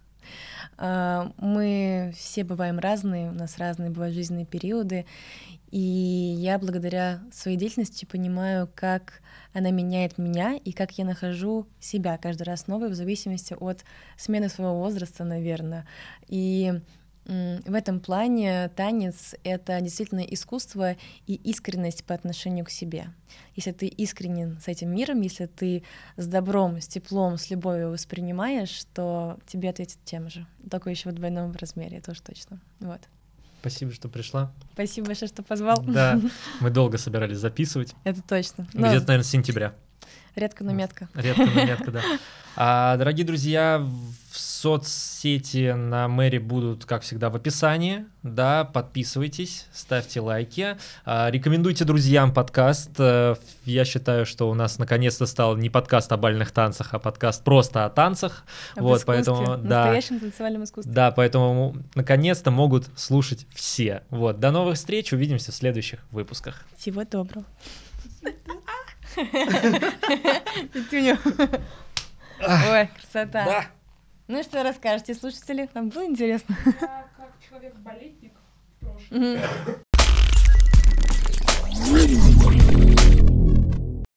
Мы все бываем разные, у нас разные бывают жизненные периоды, и я благодаря своей деятельности понимаю, как она меняет меня и как я нахожу себя каждый раз новой в зависимости от смены своего возраста, наверное. И в этом плане танец — это действительно искусство и искренность по отношению к себе. Если ты искренен с этим миром, если ты с добром, с теплом, с любовью воспринимаешь, то тебе ответят тем же. Только еще в двойном размере, это уж точно. Вот. Спасибо, что пришла. Спасибо большое, что позвал. Да, мы долго собирались записывать. Это точно. Где-то, наверное, с сентября. Редко, но метко. Редко, но метко, да. А, дорогие друзья, в соцсети на Мэри будут, как всегда, в описании. Да, подписывайтесь, ставьте лайки. А, рекомендуйте друзьям подкаст. Я считаю, что у нас наконец-то стал не подкаст о бальных танцах, а подкаст просто о танцах. Об вот, искусстве, поэтому, настоящем да, танцевальном искусстве. Да, поэтому наконец-то могут слушать все. Вот, до новых встреч, увидимся в следующих выпусках. Всего доброго. Ой, красота. Да. Ну что расскажете, слушатели? Вам было интересно? Я как человек-балетник в прошлом.